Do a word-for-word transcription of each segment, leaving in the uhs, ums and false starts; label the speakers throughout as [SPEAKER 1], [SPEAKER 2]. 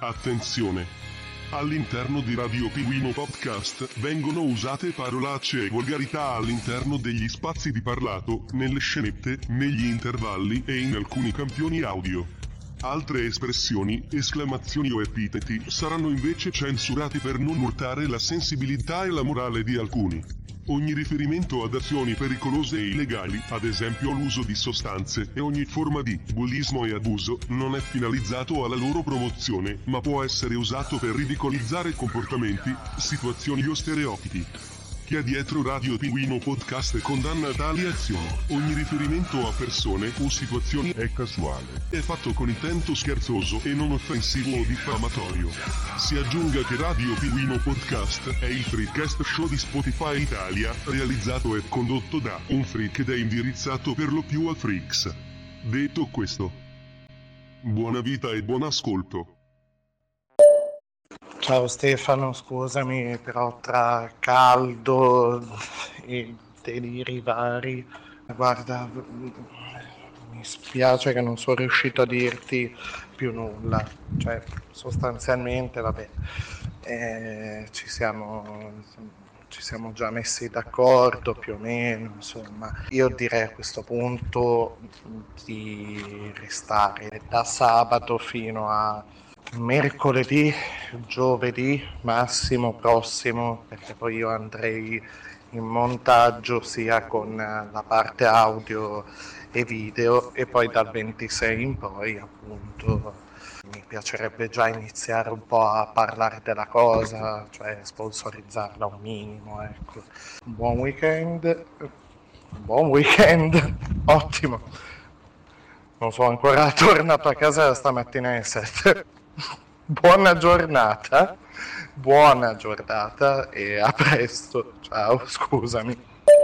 [SPEAKER 1] Attenzione! All'interno di Radio Pinguino Podcast vengono usate parolacce e volgarità all'interno degli spazi di parlato, nelle scenette, negli intervalli e in alcuni campioni audio. Altre espressioni, esclamazioni o epiteti saranno invece censurati per non urtare la sensibilità e la morale di alcuni. Ogni riferimento ad azioni pericolose e illegali, ad esempio l'uso di sostanze, e ogni forma di bullismo e abuso, non è finalizzato alla loro promozione, ma può essere usato per ridicolizzare comportamenti, situazioni o stereotipi. Chi è dietro Radio Pinguino Podcast condanna tali azioni. Ogni riferimento a persone o situazioni è casuale, è fatto con intento scherzoso e non offensivo o diffamatorio. Si aggiunga che Radio Pinguino Podcast è il freakcast show di Spotify Italia, realizzato e condotto da un freak ed è indirizzato per lo più a freaks. Detto questo, buona vita e buon ascolto.
[SPEAKER 2] Ciao Stefano, scusami, però tra caldo e deliri vari, guarda, mi spiace che non sono riuscito a dirti più nulla, cioè sostanzialmente, vabbè, eh, ci siamo, ci siamo già messi d'accordo più o meno, insomma, io direi a questo punto di restare da sabato fino a mercoledì, giovedì massimo prossimo, perché poi io andrei in montaggio sia con la parte audio e video, e poi dal ventisei in poi appunto mi piacerebbe già iniziare un po' a parlare della cosa, cioè sponsorizzarla un minimo, ecco. Buon weekend, buon weekend, ottimo. Non sono ancora tornato a casa stamattina alle sette. Buona giornata, buona giornata e a presto. Ciao, scusami.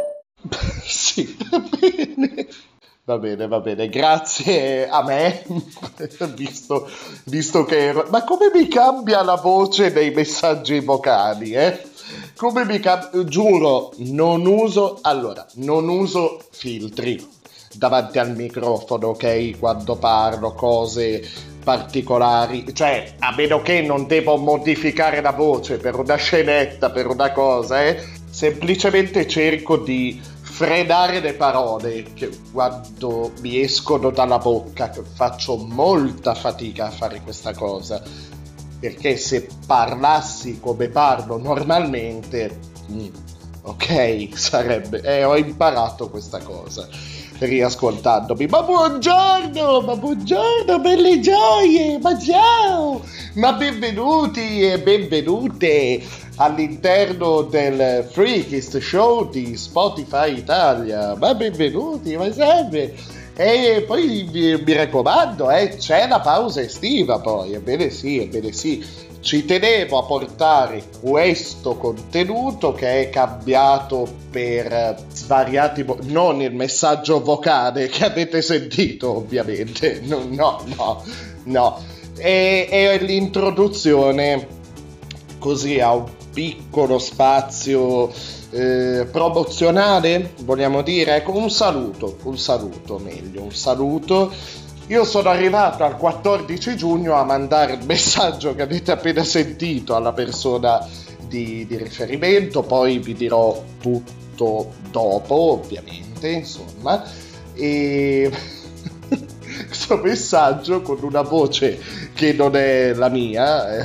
[SPEAKER 3] Sì, va bene. Va bene, va bene, grazie a me, visto, visto che ero... Ma come mi cambia la voce nei messaggi vocali, eh? Come mi cambia... Giuro, non uso... Allora, non uso filtri davanti al microfono, ok? Quando parlo, cose particolari, cioè a meno che non devo modificare la voce per una scenetta, per una cosa, eh? Semplicemente cerco di frenare le parole che quando mi escono dalla bocca, faccio molta fatica a fare questa cosa, perché se parlassi come parlo normalmente, mm, ok, sarebbe, eh, ho imparato questa cosa riascoltandomi. Ma buongiorno, ma buongiorno, belle gioie, ma ciao, ma benvenuti e benvenute all'interno del Freakist Show di Spotify Italia, ma benvenuti, ma sempre. E poi mi, mi raccomando, eh, c'è la pausa estiva poi, ebbene sì, ebbene sì. Ci tenevo a portare questo contenuto che è cambiato per svariati mo- non il messaggio vocale che avete sentito ovviamente, no, no, no, no. E, e l'introduzione così a un piccolo spazio eh, promozionale, vogliamo dire, ecco, un saluto, un saluto meglio, un saluto. Io sono arrivato al quattordici giugno a mandare il messaggio che avete appena sentito alla persona di, di riferimento, poi vi dirò tutto dopo, ovviamente, insomma, e questo messaggio con una voce che non è la mia,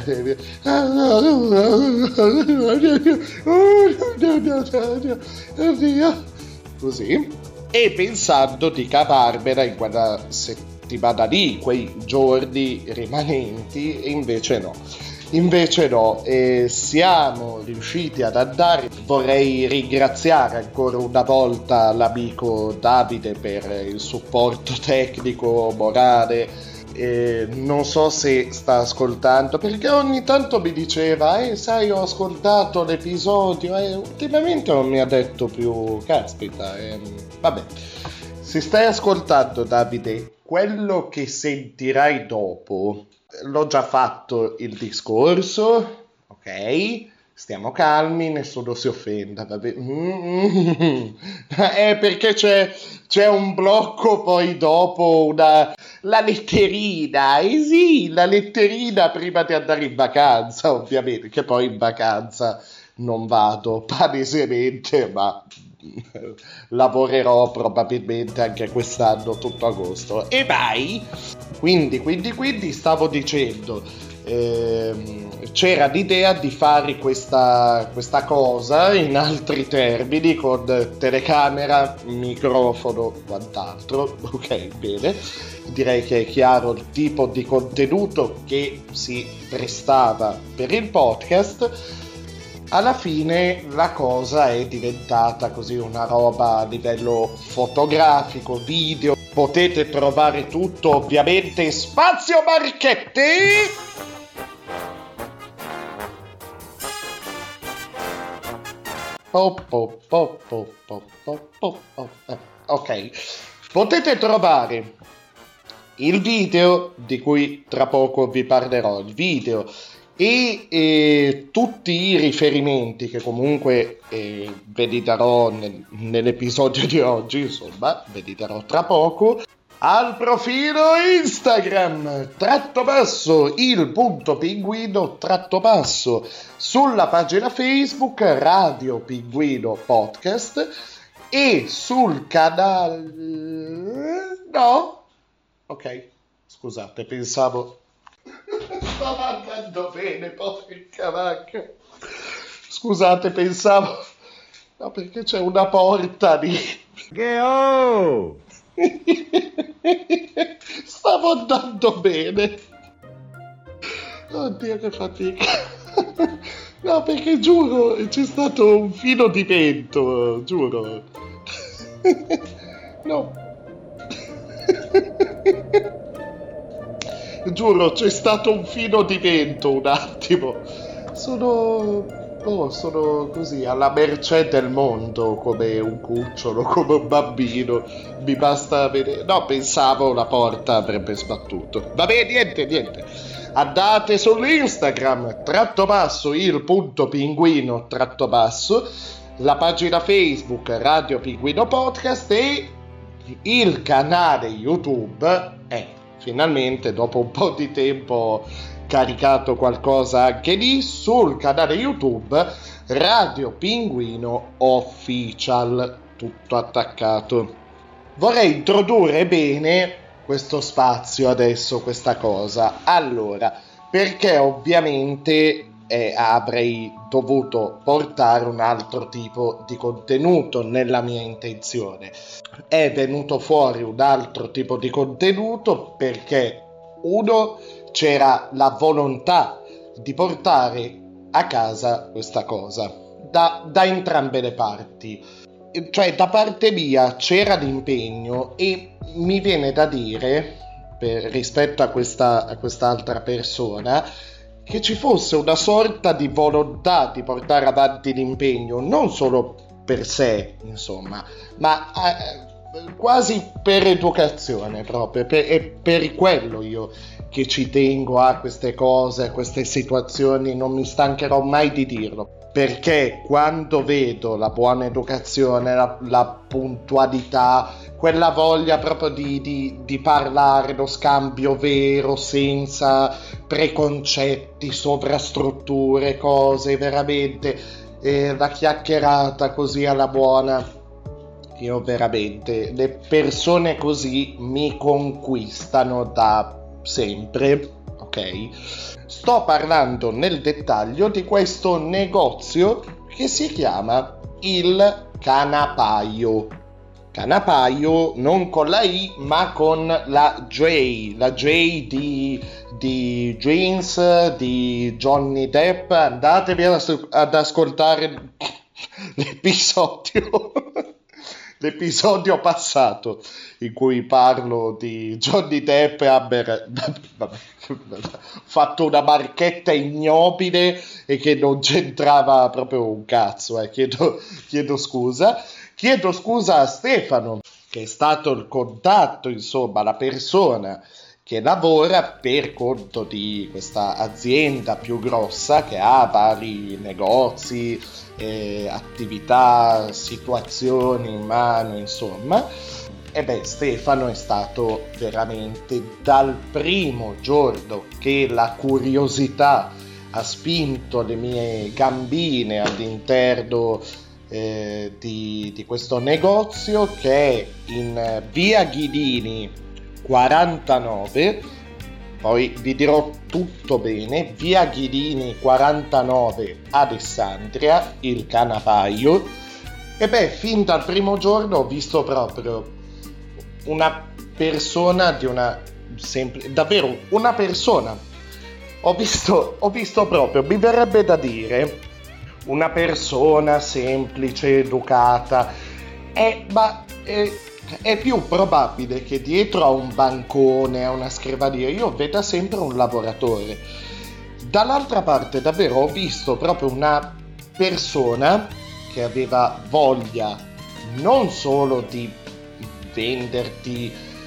[SPEAKER 3] così, e pensando di cavarmela in quella settimana lì, quei giorni rimanenti, e invece no, invece no, e siamo riusciti ad andare. Vorrei ringraziare ancora una volta l'amico Davide per il supporto tecnico, morale, e non so se sta ascoltando, perché ogni tanto mi diceva eh sai, ho ascoltato l'episodio e ultimamente non mi ha detto più, caspita, eh, vabbè. Se stai ascoltando, Davide, quello che sentirai dopo, l'ho già fatto il discorso, ok? Stiamo calmi, nessuno si offenda, vabbè. Mm-hmm. È perché c'è, c'è un blocco poi dopo, una La letterina, eh sì, la letterina prima di andare in vacanza, ovviamente, che poi in vacanza non vado palesemente, ma lavorerò probabilmente anche quest'anno tutto agosto. E vai! Quindi, quindi, quindi stavo dicendo, ehm, c'era l'idea di fare questa, questa cosa in altri termini, con telecamera, microfono, quant'altro. Ok, bene. Direi che è chiaro il tipo di contenuto che si prestava per il podcast. Alla fine la cosa è diventata così una roba a livello fotografico, video. Potete trovare tutto ovviamente Spazio Marchetti. Oh, oh, oh, oh, oh, oh, oh, oh. Ok, potete trovare il video di cui tra poco vi parlerò, il video e eh, tutti i riferimenti che comunque eh, ve li darò nel, nell'episodio di oggi, insomma, ve li darò tra poco, al profilo Instagram, tratto basso, il punto pinguino, tratto basso, sulla pagina Facebook, Radio Pinguino Podcast, e sul canale... No? Ok, scusate, pensavo... Stava andando bene, porca vacca. Scusate, pensavo... No, perché c'è una porta lì.
[SPEAKER 4] Che oh!
[SPEAKER 3] Stavo andando bene. Oddio, che fatica. No, perché giuro, c'è stato un filo di vento, giuro. No. Giuro, c'è stato un filo di vento un attimo. Sono... Oh, sono così alla mercé del mondo, come un cucciolo, come un bambino. Mi basta vedere. No, pensavo la porta avrebbe sbattuto. Vabbè, niente, niente. Andate sull'Instagram, tratto basso, il punto pinguino, tratto basso, la pagina Facebook Radio Pinguino Podcast e il canale YouTube. Eh, finalmente, dopo un po' di tempo, caricato qualcosa anche lì sul canale YouTube Radio Pinguino Official, tutto attaccato. Vorrei introdurre bene questo spazio adesso, questa cosa. Allora, perché ovviamente eh, avrei dovuto portare un altro tipo di contenuto nella mia intenzione. È venuto fuori un altro tipo di contenuto perché uno, c'era la volontà di portare a casa questa cosa da, da entrambe le parti, cioè da parte mia c'era l'impegno e mi viene da dire, per, rispetto a questa a quest'altra persona, che ci fosse una sorta di volontà di portare avanti l'impegno non solo per sé, insomma, ma eh, quasi per educazione proprio, per, e per quello io che ci tengo a queste cose, a queste situazioni, non mi stancherò mai di dirlo, perché quando vedo la buona educazione, la, la puntualità, quella voglia proprio di, di, di parlare, lo scambio vero, senza preconcetti, sovrastrutture, cose, veramente, eh, la chiacchierata così alla buona, io veramente, le persone così mi conquistano da sempre, ok? Sto parlando nel dettaglio di questo negozio che si chiama Il Canapaio. Canapaio non con la I ma con la J, la J di, di Jeans, di Johnny Depp. Andatevi ad, ad ascoltare l'episodio l'episodio passato in cui parlo di Johnny Depp e Amber. Vabbè, ho fatto una marchetta ignobile e che non c'entrava proprio un cazzo, eh. chiedo, chiedo scusa chiedo scusa a Stefano, che è stato il contatto, insomma la persona che lavora per conto di questa azienda più grossa che ha vari negozi, eh, attività, situazioni in mano, insomma. E beh, Stefano è stato veramente dal primo giorno che la curiosità ha spinto le mie gambine all'interno eh, di, di questo negozio, che è in via Ghidini quarantanove, poi vi dirò tutto bene, via Ghidini quarantanove Alessandria, il Canapaio. E beh, fin dal primo giorno ho visto proprio una persona di una semplice, davvero una persona, ho visto, ho visto proprio, mi verrebbe da dire, una persona semplice, educata, è, ma è, è più probabile che dietro a un bancone, a una scrivania, io veda sempre un lavoratore. Dall'altra parte davvero ho visto proprio una persona che aveva voglia non solo di venderti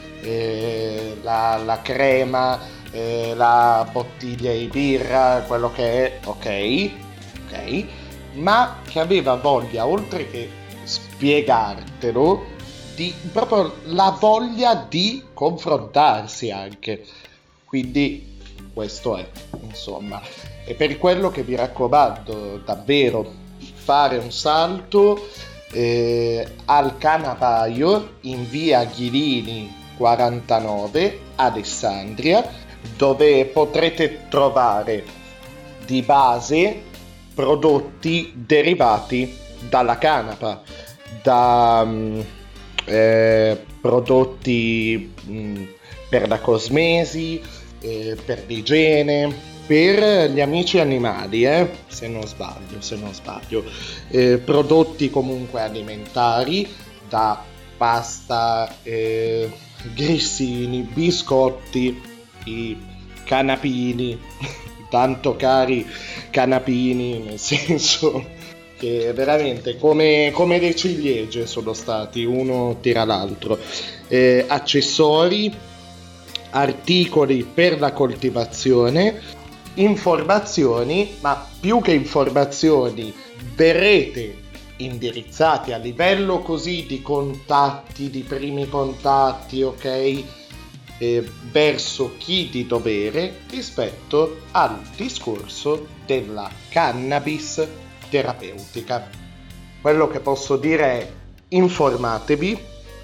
[SPEAKER 3] eh, la, la crema, eh, la bottiglia di birra, quello che è, ok, ok, ma che aveva voglia, oltre che spiegartelo, di proprio la voglia di confrontarsi anche. Quindi questo è, insomma, e per quello che vi raccomando davvero fare un salto Eh, al Canapaio in via Ghidini quarantanove Alessandria, dove potrete trovare di base prodotti derivati dalla canapa, da mh, eh, prodotti mh, per la cosmesi, eh, per l'igiene, per gli amici animali, eh? se non sbaglio, se non sbaglio, eh, prodotti comunque alimentari, da pasta, eh, grissini, biscotti, i canapini, tanto cari canapini, nel senso che veramente come, come le ciliegie sono stati, uno tira l'altro, eh, accessori, articoli per la coltivazione, informazioni, ma più che informazioni verrete indirizzati a livello così di contatti, di primi contatti, ok, eh, verso chi di dovere rispetto al discorso della cannabis terapeutica. Quello che posso dire è: informatevi,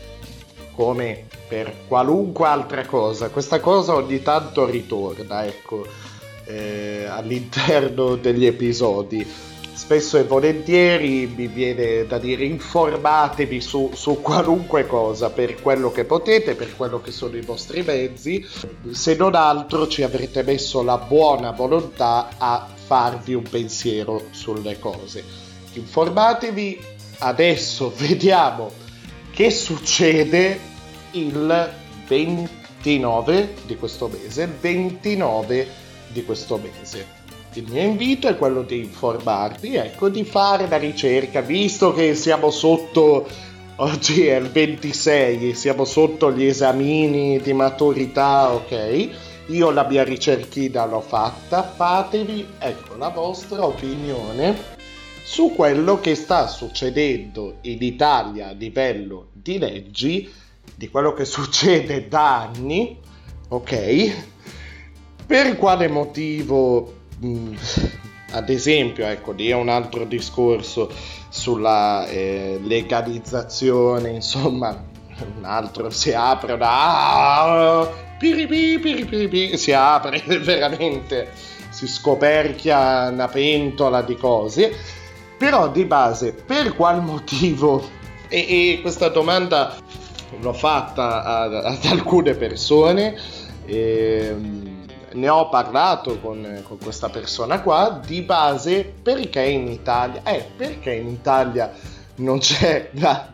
[SPEAKER 3] come per qualunque altra cosa. Questa cosa ogni tanto ritorna, ecco, eh, all'interno degli episodi. Spesso e volentieri mi viene da dire: informatevi su, su qualunque cosa, per quello che potete, per quello che sono i vostri mezzi. Se non altro ci avrete messo la buona volontà a farvi un pensiero sulle cose. Informatevi. Adesso vediamo che succede il ventinove di questo mese, il ventinove di questo mese. Il mio invito è quello di informarvi, ecco, di fare la ricerca, visto che siamo sotto, oggi è il ventisei, siamo sotto gli esamini di maturità, ok? Io la mia ricerchina l'ho fatta, fatevi, ecco, la vostra opinione su quello che sta succedendo in Italia a livello di leggi, di quello che succede da anni, ok? Per quale motivo, mh, ad esempio, ecco, lì è un altro discorso sulla eh, legalizzazione, insomma, un altro si apre una... Ah, piripi, piripi, si apre veramente, si scoperchia una pentola di cose. Però di base, per qual motivo, e, e questa domanda l'ho fatta a, ad alcune persone, e, ne ho parlato con, con questa persona qua, di base perché in Italia, eh, perché in Italia non c'è la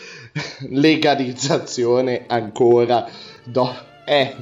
[SPEAKER 3] legalizzazione ancora, no, eh...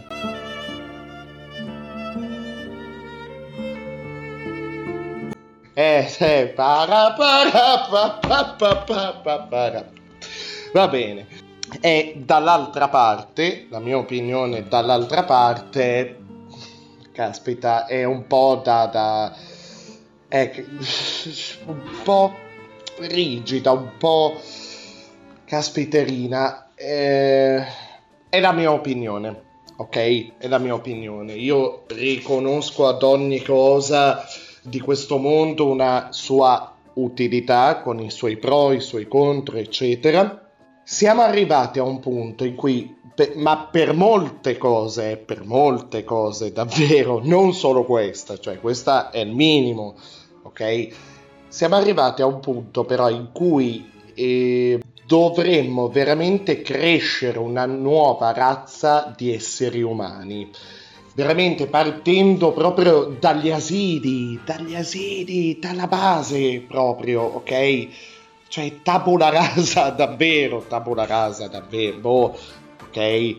[SPEAKER 3] Eh, eh, para, para, pa, pa, pa, pa, pa, para. Va bene. E dall'altra parte, la mia opinione dall'altra parte, caspita, è un po' da, da è un po' rigida, un po', caspiterina, eh, è la mia opinione, ok? È la mia opinione. Io riconosco ad ogni cosa di questo mondo una sua utilità, con i suoi pro, i suoi contro, eccetera. Siamo arrivati a un punto in cui, per, ma per molte cose, per molte cose davvero, non solo questa, cioè questa è il minimo, ok? Siamo arrivati a un punto però in cui eh, dovremmo veramente crescere una nuova razza di esseri umani, veramente partendo proprio dagli asili, dagli asili, dalla base proprio, ok? Cioè tabula rasa davvero, tabula rasa davvero, boh, ok,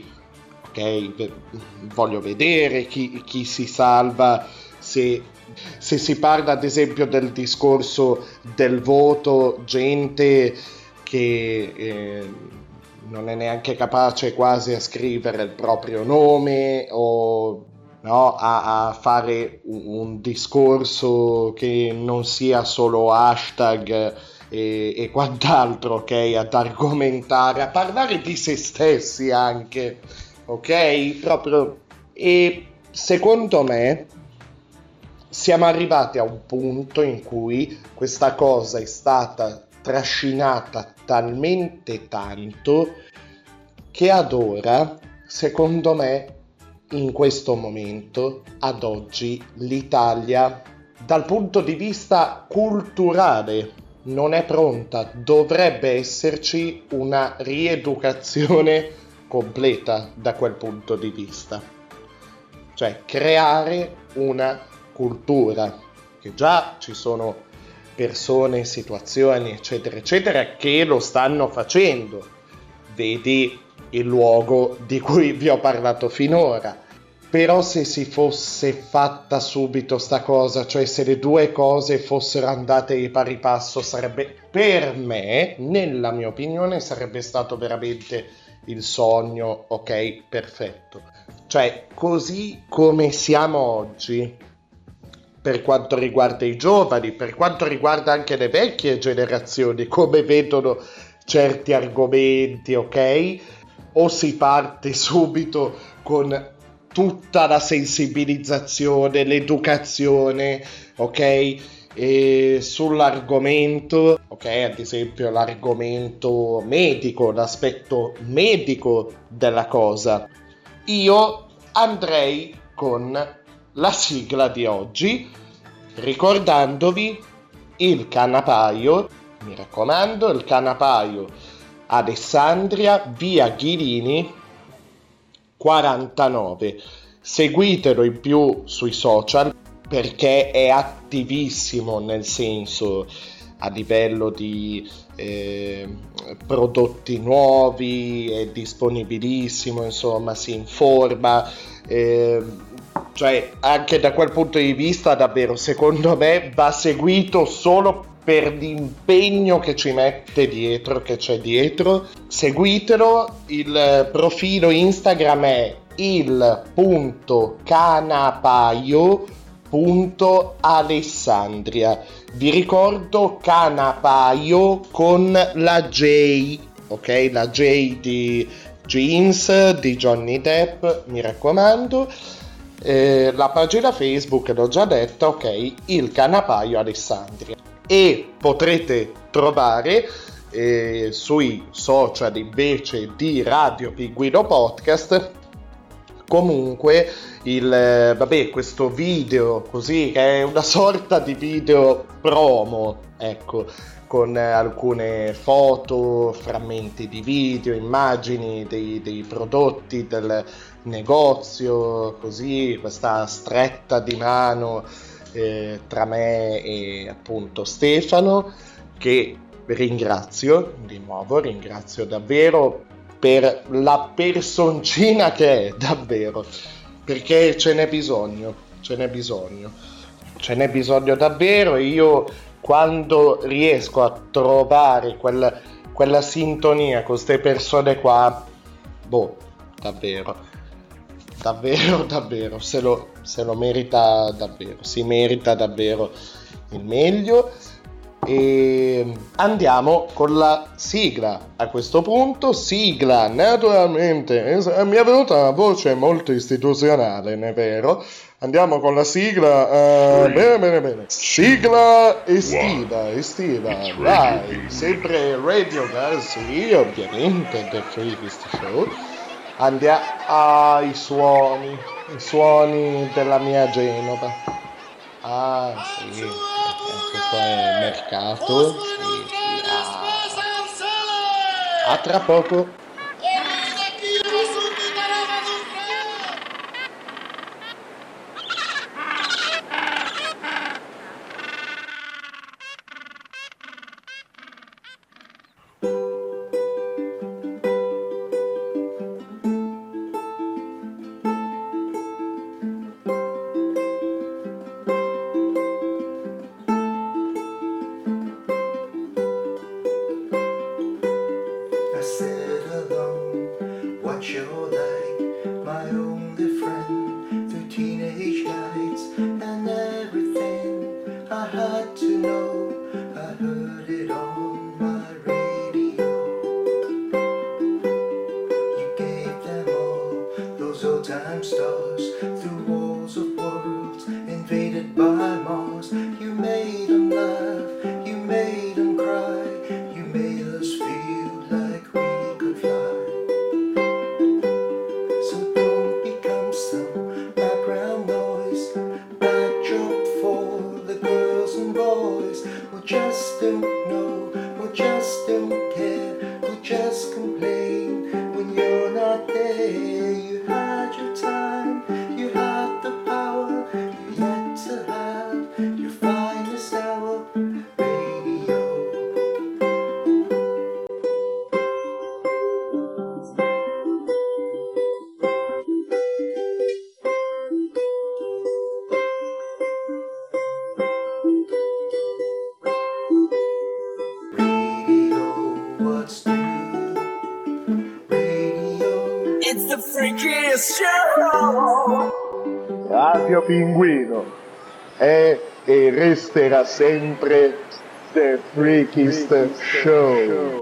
[SPEAKER 3] ok, voglio vedere chi, chi si salva, se, se si parla ad esempio del discorso del voto, gente che eh, non è neanche capace quasi a scrivere il proprio nome o no, a, a fare un, un discorso che non sia solo hashtag e, e quant'altro, ok? Ad argomentare, a parlare di se stessi anche, ok? Proprio. E secondo me siamo arrivati a un punto in cui questa cosa è stata trascinata talmente tanto che ad ora, secondo me, in questo momento, ad oggi, l'Italia, dal punto di vista culturale, non è pronta. Dovrebbe esserci una rieducazione completa da quel punto di vista. Cioè, creare una cultura, che già ci sono persone, situazioni, eccetera, eccetera, che lo stanno facendo. Vedi il luogo di cui vi ho parlato finora. Però se si fosse fatta subito sta cosa, cioè se le due cose fossero andate di pari passo, sarebbe, per me, nella mia opinione, sarebbe stato veramente il sogno, ok, perfetto. Cioè, così come siamo oggi, per quanto riguarda i giovani, per quanto riguarda anche le vecchie generazioni, come vedono certi argomenti, ok? O si parte subito con tutta la sensibilizzazione, l'educazione, ok? E sull'argomento, ok? Ad esempio l'argomento medico, l'aspetto medico della cosa. Io andrei con la sigla di oggi, ricordandovi il Canapaio, mi raccomando, il Canapaio Alessandria, via Ghilini quarantanove. Seguitelo in più sui social perché è attivissimo, nel senso, a livello di eh, prodotti nuovi, è disponibilissimo, insomma, si informa, eh, cioè anche da quel punto di vista davvero, secondo me, va seguito solo per l'impegno che ci mette dietro, che c'è dietro. Seguitelo, il profilo Instagram è il punto canapaio punto alessandria. Vi ricordo Canapaio con la J, ok? La J di Jeans, di Johnny Depp, mi raccomando. Eh, la pagina Facebook l'ho già detta, ok? Il Canapaio Alessandria. E potrete trovare eh, sui social invece di Radio Pinguino Podcast comunque il vabbè questo video così, che è una sorta di video promo, ecco, con alcune foto, frammenti di video, immagini dei, dei prodotti del negozio, così, questa stretta di mano eh, tra me e appunto Stefano, che ringrazio di nuovo, ringrazio davvero per la personcina che è, davvero, perché ce n'è bisogno, ce n'è bisogno, ce n'è bisogno davvero. Io quando riesco a trovare quella, quella sintonia con queste persone qua, boh, davvero, davvero, davvero, se lo, se lo merita davvero, si merita davvero il meglio. E andiamo con la sigla a questo punto. Sigla, naturalmente, mi è venuta una voce molto istituzionale, ne è vero? Andiamo con la sigla, uh, bene bene bene, sigla estiva, estiva, vai, sempre Radio Girl, sì, ovviamente, The Freakist Show. Andiamo ai suoni, i suoni della mia Genova. Ah sì, questo è il mercato, sì, sì. Ah. A tra poco. Radio Pinguino è e resterà sempre The Freakist Show.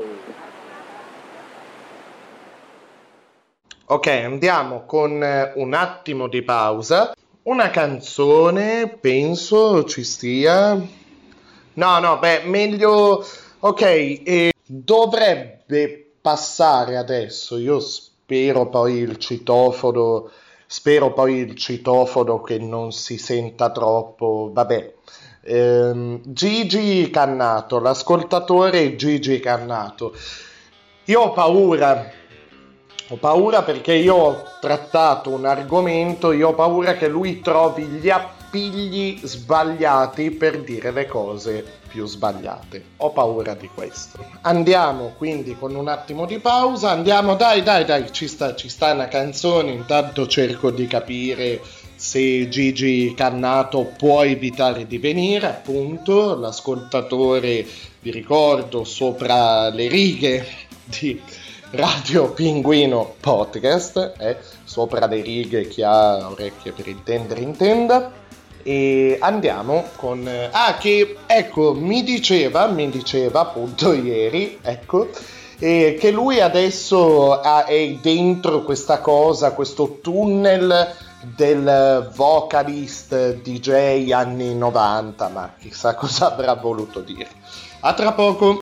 [SPEAKER 3] Ok, andiamo con un attimo di pausa. Una canzone, penso ci stia. No, no, beh, meglio. Ok, eh, dovrebbe passare adesso. Io spero poi il citofono. Spero poi il citofono che non si senta troppo. Vabbè. Ehm, Gigi Cannato, l'ascoltatore Gigi Cannato. Io ho paura. Ho paura perché io ho trattato un argomento, io ho paura che lui trovi gli appigli sbagliati per dire le cose più sbagliate. Ho paura di questo. Andiamo quindi con un attimo di pausa, andiamo, dai, dai, dai, ci sta, ci sta una canzone, intanto cerco di capire se Gigi Cannato può evitare di venire, appunto, l'ascoltatore, vi ricordo, sopra le righe di Radio Pinguino Podcast, eh, sopra le righe, chi ha orecchie per intendere intenda. E andiamo con ah che ecco mi diceva mi diceva appunto ieri, ecco, eh, che lui adesso ha, è dentro questa cosa, questo tunnel del vocalist D J anni novanta, ma chissà cosa avrà voluto dire. A tra poco.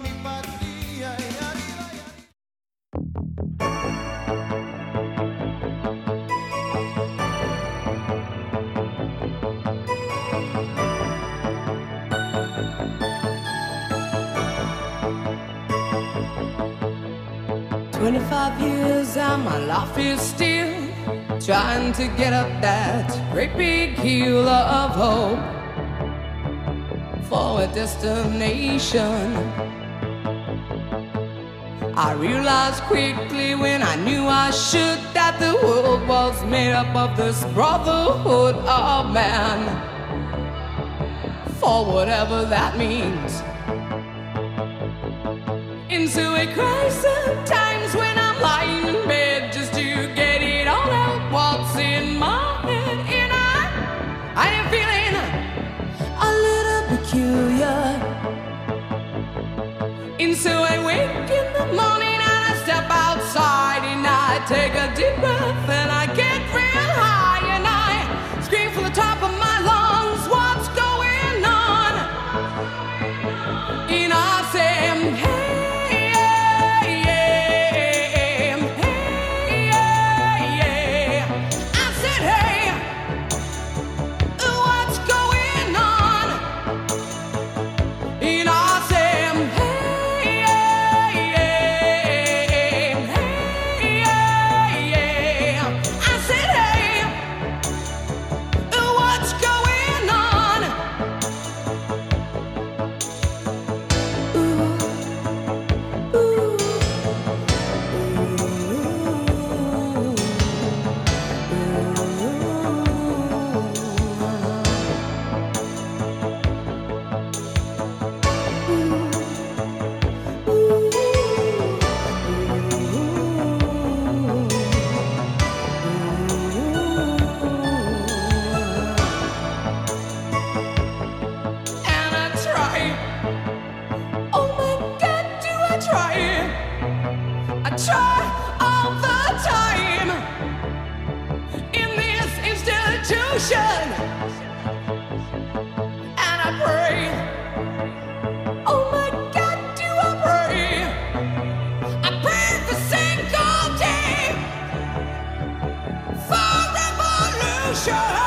[SPEAKER 5] twenty-five years and my life is still trying to get up that great big hill of hope for a destination. I realized quickly when I knew I should that the world was made up of this brotherhood of man, for whatever that means. Into a crisis, times when I'm lying in bed just to get it all out, what's in my head. And I, I am feeling a little peculiar. I take a deep breath and I get real high and I scream from the top of my lungs, what's going on? And I say, hey, yeah, yeah, hey, yeah, yeah. I said, hey, what's going on? And I said, hey, yeah, yeah, hey, yeah, yeah. I said, hey, what's going on? Ooh, ooh, and I try. Oh my God, do I try? I try all the time in this institution, and I pray. Oh my God, do I pray? I pray every single day for revolution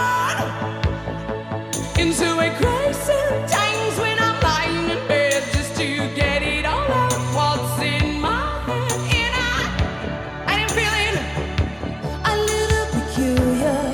[SPEAKER 5] into a crisis times when I'm lying in bed just to get it all out what's in my head. And I, I am feeling a little peculiar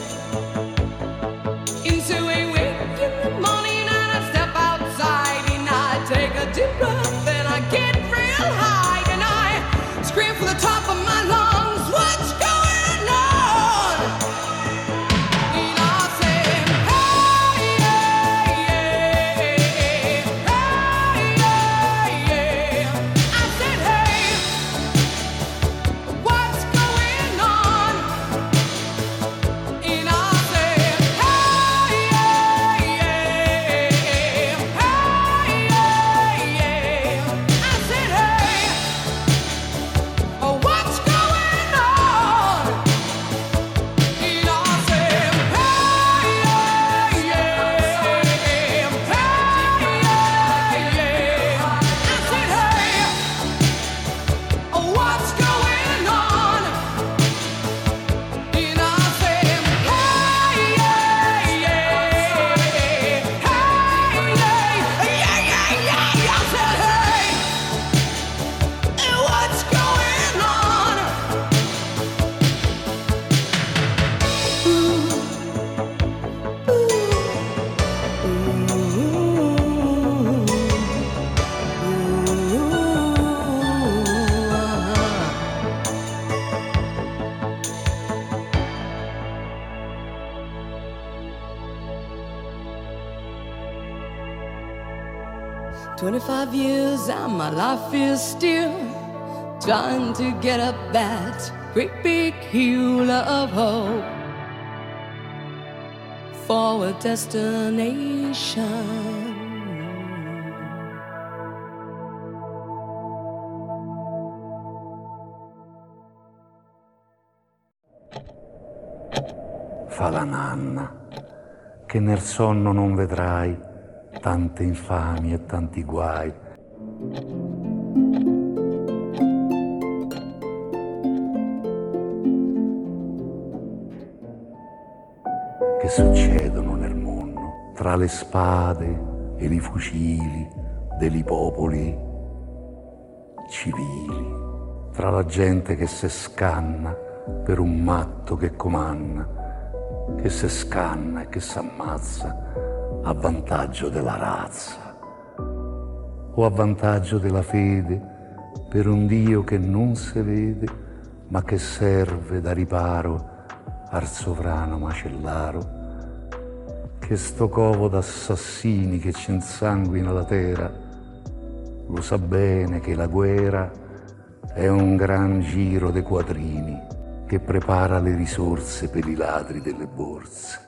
[SPEAKER 5] into a wake in the morning, and I step outside and I take a deep breath and I get real high and I scream from the top of my lungs, what's going on? And I say, hey, yeah, yeah, hey, yeah, yeah. I said, hey, what's going on? And I said, hey, yeah, yeah, hey, yeah, yeah. I said, hey, what's going on? And I said, hey, yeah, yeah, hey, yeah, yeah. I said, hey, what's going on? And I said, hey, yeah, yeah, hey, yeah, yeah, yeah, yeah. I said, hey, what's going on? Twenty-five years and my life is still trying to get up that great big hill of hope for a destination.
[SPEAKER 6] Fa la nanna, che nel sonno non vedrai tante infamie e tanti guai. Che succedono nel mondo tra le spade e i fucili dei popoli civili, tra la gente che se scanna per un matto che comanna, che se scanna e che s'ammazza a vantaggio della razza o a vantaggio della fede per un Dio che non si vede ma che serve da riparo al sovrano macellaro, che sto covo d'assassini che ci insanguina la terra lo sa bene che la guerra è un gran giro de quadrini che prepara le risorse per i ladri delle borse.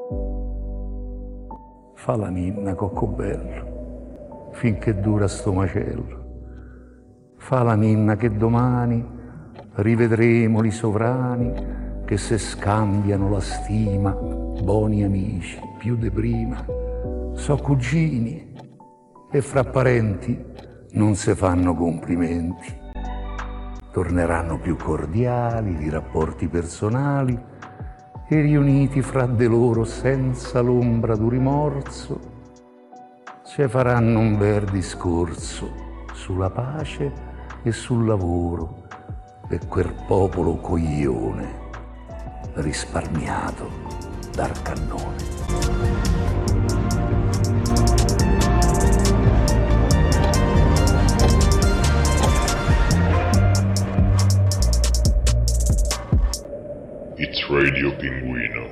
[SPEAKER 6] Fa la ninna, coccobello, finché dura sto macello. Fa la ninna che domani rivedremo i sovrani che se scambiano la stima, buoni amici più de prima, so cugini e fra parenti non se fanno complimenti. Torneranno più cordiali i rapporti personali e riuniti fra de loro senza l'ombra d'un rimorso, ci faranno un bel discorso sulla pace e sul lavoro per quel popolo coglione risparmiato dal cannone.
[SPEAKER 1] It's Radio Pinguino.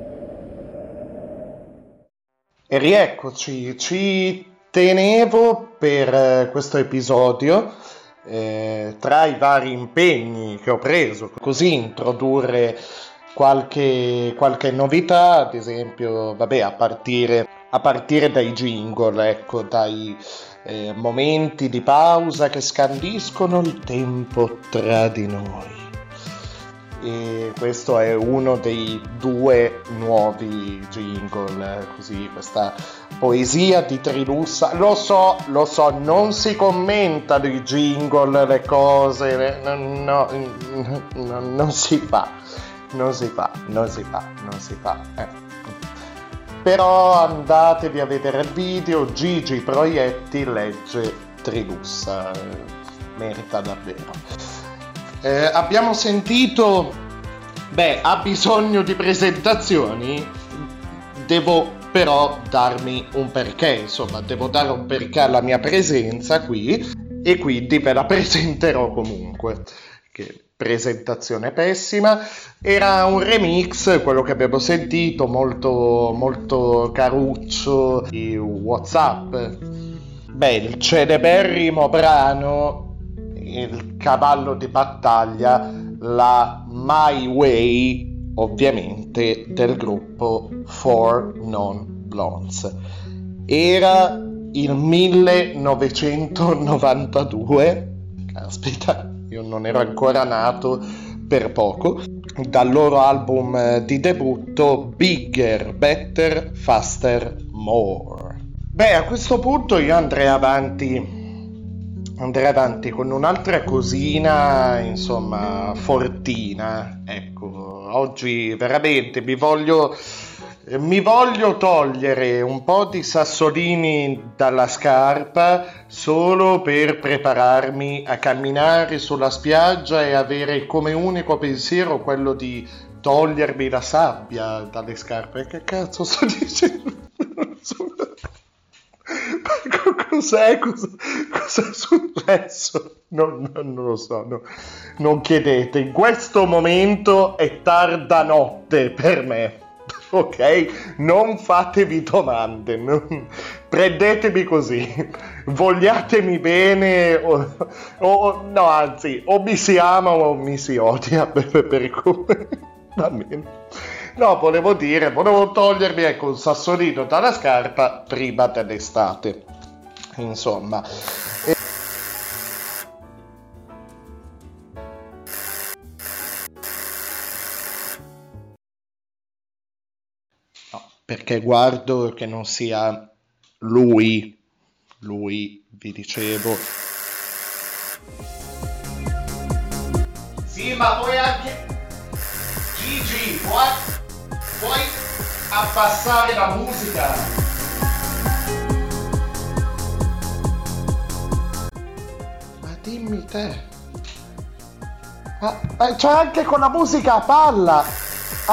[SPEAKER 3] E rieccoci, ci tenevo per questo episodio, eh, tra i vari impegni che ho preso, così introdurre qualche, qualche novità, ad esempio, vabbè, a partire, a partire dai jingle, ecco, dai eh, momenti di pausa che scandiscono il tempo tra di noi. E questo è uno dei due nuovi jingle, così, questa poesia di Trilussa. Lo so, lo so, non si commentano i jingle, le cose, no, no, no, non si fa, non si fa, non si fa, non si fa. Eh. Però andatevi a vedere il video, Gigi Proietti legge Trilussa, merita davvero. Eh, abbiamo sentito, beh, ha bisogno di presentazioni, devo però darmi un perché, insomma, devo dare un perché alla mia presenza qui e quindi ve la presenterò comunque. Che presentazione pessima, era un remix, quello che abbiamo sentito, molto, molto caruccio di WhatsApp. Beh, il celeberrimo brano, il cavallo di battaglia, la My Way, ovviamente del gruppo Four Non Blondes. Era il millenovecentonovantadue, caspita, io non ero ancora nato per poco, dal loro album di debutto Bigger, Better, Faster, More. Beh, a questo punto io andrei avanti Andrei avanti con un'altra cosina, insomma, fortina. Ecco, oggi veramente mi voglio, mi voglio togliere un po' di sassolini dalla scarpa solo per prepararmi a camminare sulla spiaggia e avere come unico pensiero quello di togliermi la sabbia dalle scarpe. Che cazzo sto dicendo? Cos'è? Cosa, cos'è successo? No, no, non lo so, no. Non chiedete, in questo momento è tarda notte per me, ok? Non fatevi domande, non... prendetemi così, vogliatemi bene o, o no, anzi, o mi si ama o mi si odia, per, per come... va bene. No, volevo dire, volevo togliermi, ecco, un sassolino dalla scarpa prima dell'estate. Insomma. E... no, perché guardo che non sia lui, lui, vi dicevo. Sì, ma puoi anche... Gigi, puoi, puoi abbassare la musica? Dimmi te. Ah, eh, c'è anche con la musica a palla. Ah.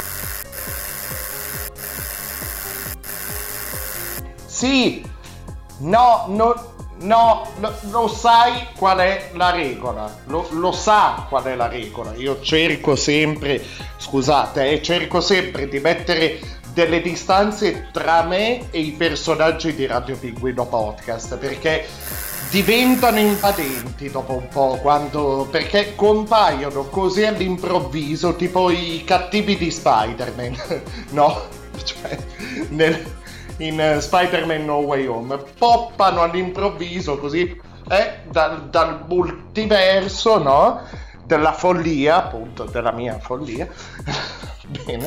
[SPEAKER 3] Sì. No, no, no, lo, lo sai qual è la regola. Lo, lo sa qual è la regola. Io cerco sempre, scusate, eh, cerco sempre di mettere delle distanze tra me e i personaggi di Radio Pinguino Podcast, perché diventano invadenti dopo un po', quando, perché compaiono così all'improvviso, tipo i cattivi di Spider-Man, no? Cioè, nel, in Spider-Man No Way Home, poppano all'improvviso così, eh, dal, dal multiverso, no? della follia, appunto, della mia follia. Bene.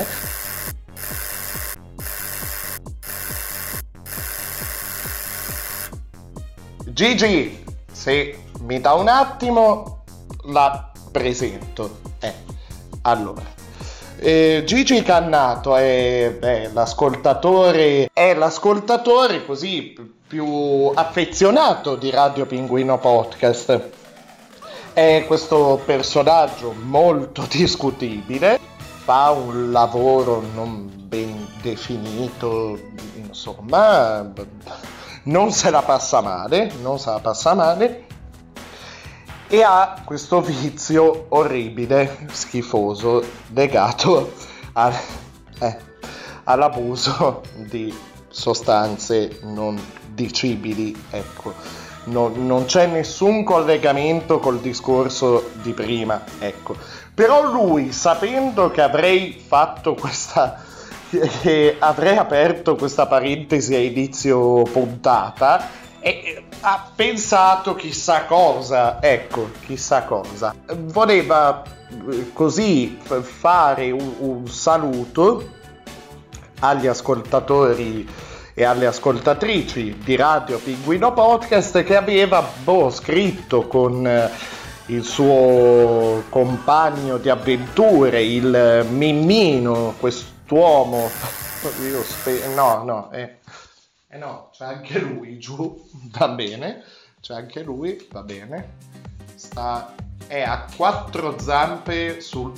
[SPEAKER 3] Gigi, se mi dà un attimo, la presento. Eh, allora, eh, Gigi Cannato è beh, l'ascoltatore, è l'ascoltatore così più affezionato di Radio Pinguino Podcast. È questo personaggio molto discutibile, fa un lavoro non ben definito, insomma, non se la passa male, non se la passa male, e ha questo vizio orribile, schifoso, legato al, eh, all'abuso di sostanze non dicibili, ecco. No, non c'è nessun collegamento col discorso di prima, ecco. Però lui, sapendo che avrei fatto questa, che avrei aperto questa parentesi a inizio puntata, e ha pensato chissà cosa, ecco, chissà cosa. Voleva così fare un, un saluto agli ascoltatori e alle ascoltatrici di Radio Pinguino Podcast, che aveva boh, scritto con il suo compagno di avventure, il Mimmino, quest'uomo. Io spe- no, no, eh, eh no, c'è anche lui giù, va bene, c'è anche lui, va bene. Sta è a quattro zampe sul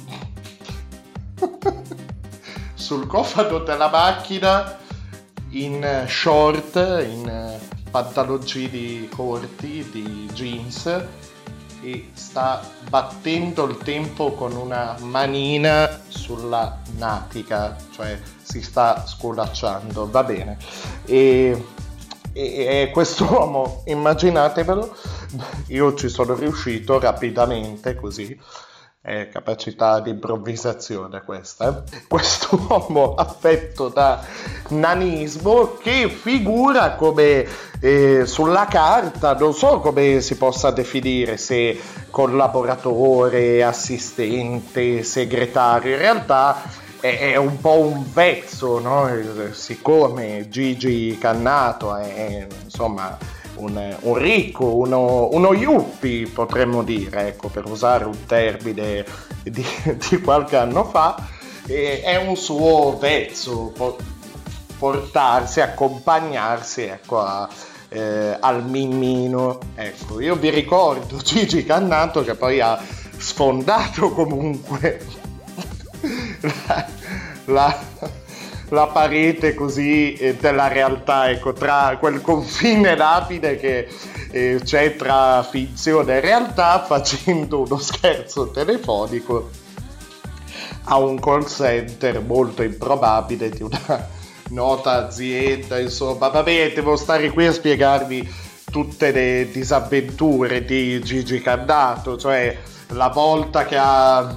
[SPEAKER 3] sul cofano della macchina, in short, in pantaloncini corti di jeans, e sta battendo il tempo con una manina sulla natica, cioè si sta sculacciando, va bene. E, e, e quest'uomo, immaginatevelo, io ci sono riuscito rapidamente così. È capacità di improvvisazione questa. Quest'uomo affetto da nanismo, che figura come eh, sulla carta, non so come si possa definire, se collaboratore, assistente, segretario. In realtà è, è un po' un vezzo, no? Siccome Gigi Cannato è, insomma, Un, un ricco, uno, uno yuppie, potremmo dire, ecco, per usare un termine di, di qualche anno fa, eh, è un suo vezzo po- portarsi, accompagnarsi, ecco, a, eh, al Mimmino. Ecco, io vi ricordo Gigi Cannato, che poi ha sfondato comunque la, la la parete così eh, della realtà, ecco, tra quel confine labile che eh, c'è tra finzione e realtà, facendo uno scherzo telefonico a un call center molto improbabile di una nota azienda. Insomma, vabbè, devo stare qui a spiegarvi tutte le disavventure di Gigi Cannato, cioè la volta che ha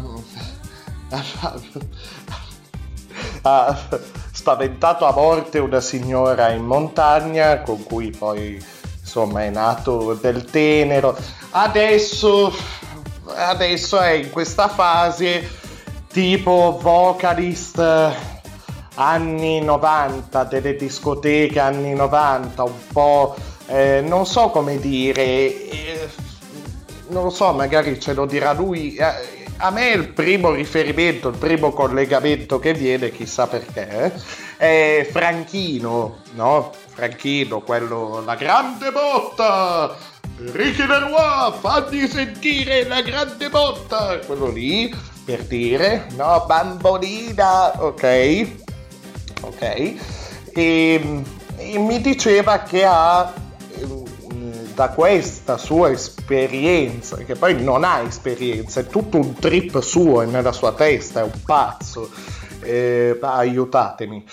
[SPEAKER 3] ha spaventato a morte una signora in montagna, con cui poi insomma è nato del tenero. Adesso adesso è in questa fase tipo vocalist anni novanta, delle discoteche anni novanta, un po' eh, non so come dire, eh, non lo so, magari ce lo dirà lui. eh, A me il primo riferimento, il primo collegamento che viene, chissà perché, è Franchino, no? Franchino, quello, la grande botta! Ricky Leroy, fagli sentire la grande botta! Quello lì, per dire, no? Bambolina, ok? Ok? E, e mi diceva che ha, da questa sua esperienza, che poi non ha esperienza, è tutto un trip suo, è nella sua testa, è un pazzo, eh, aiutatemi.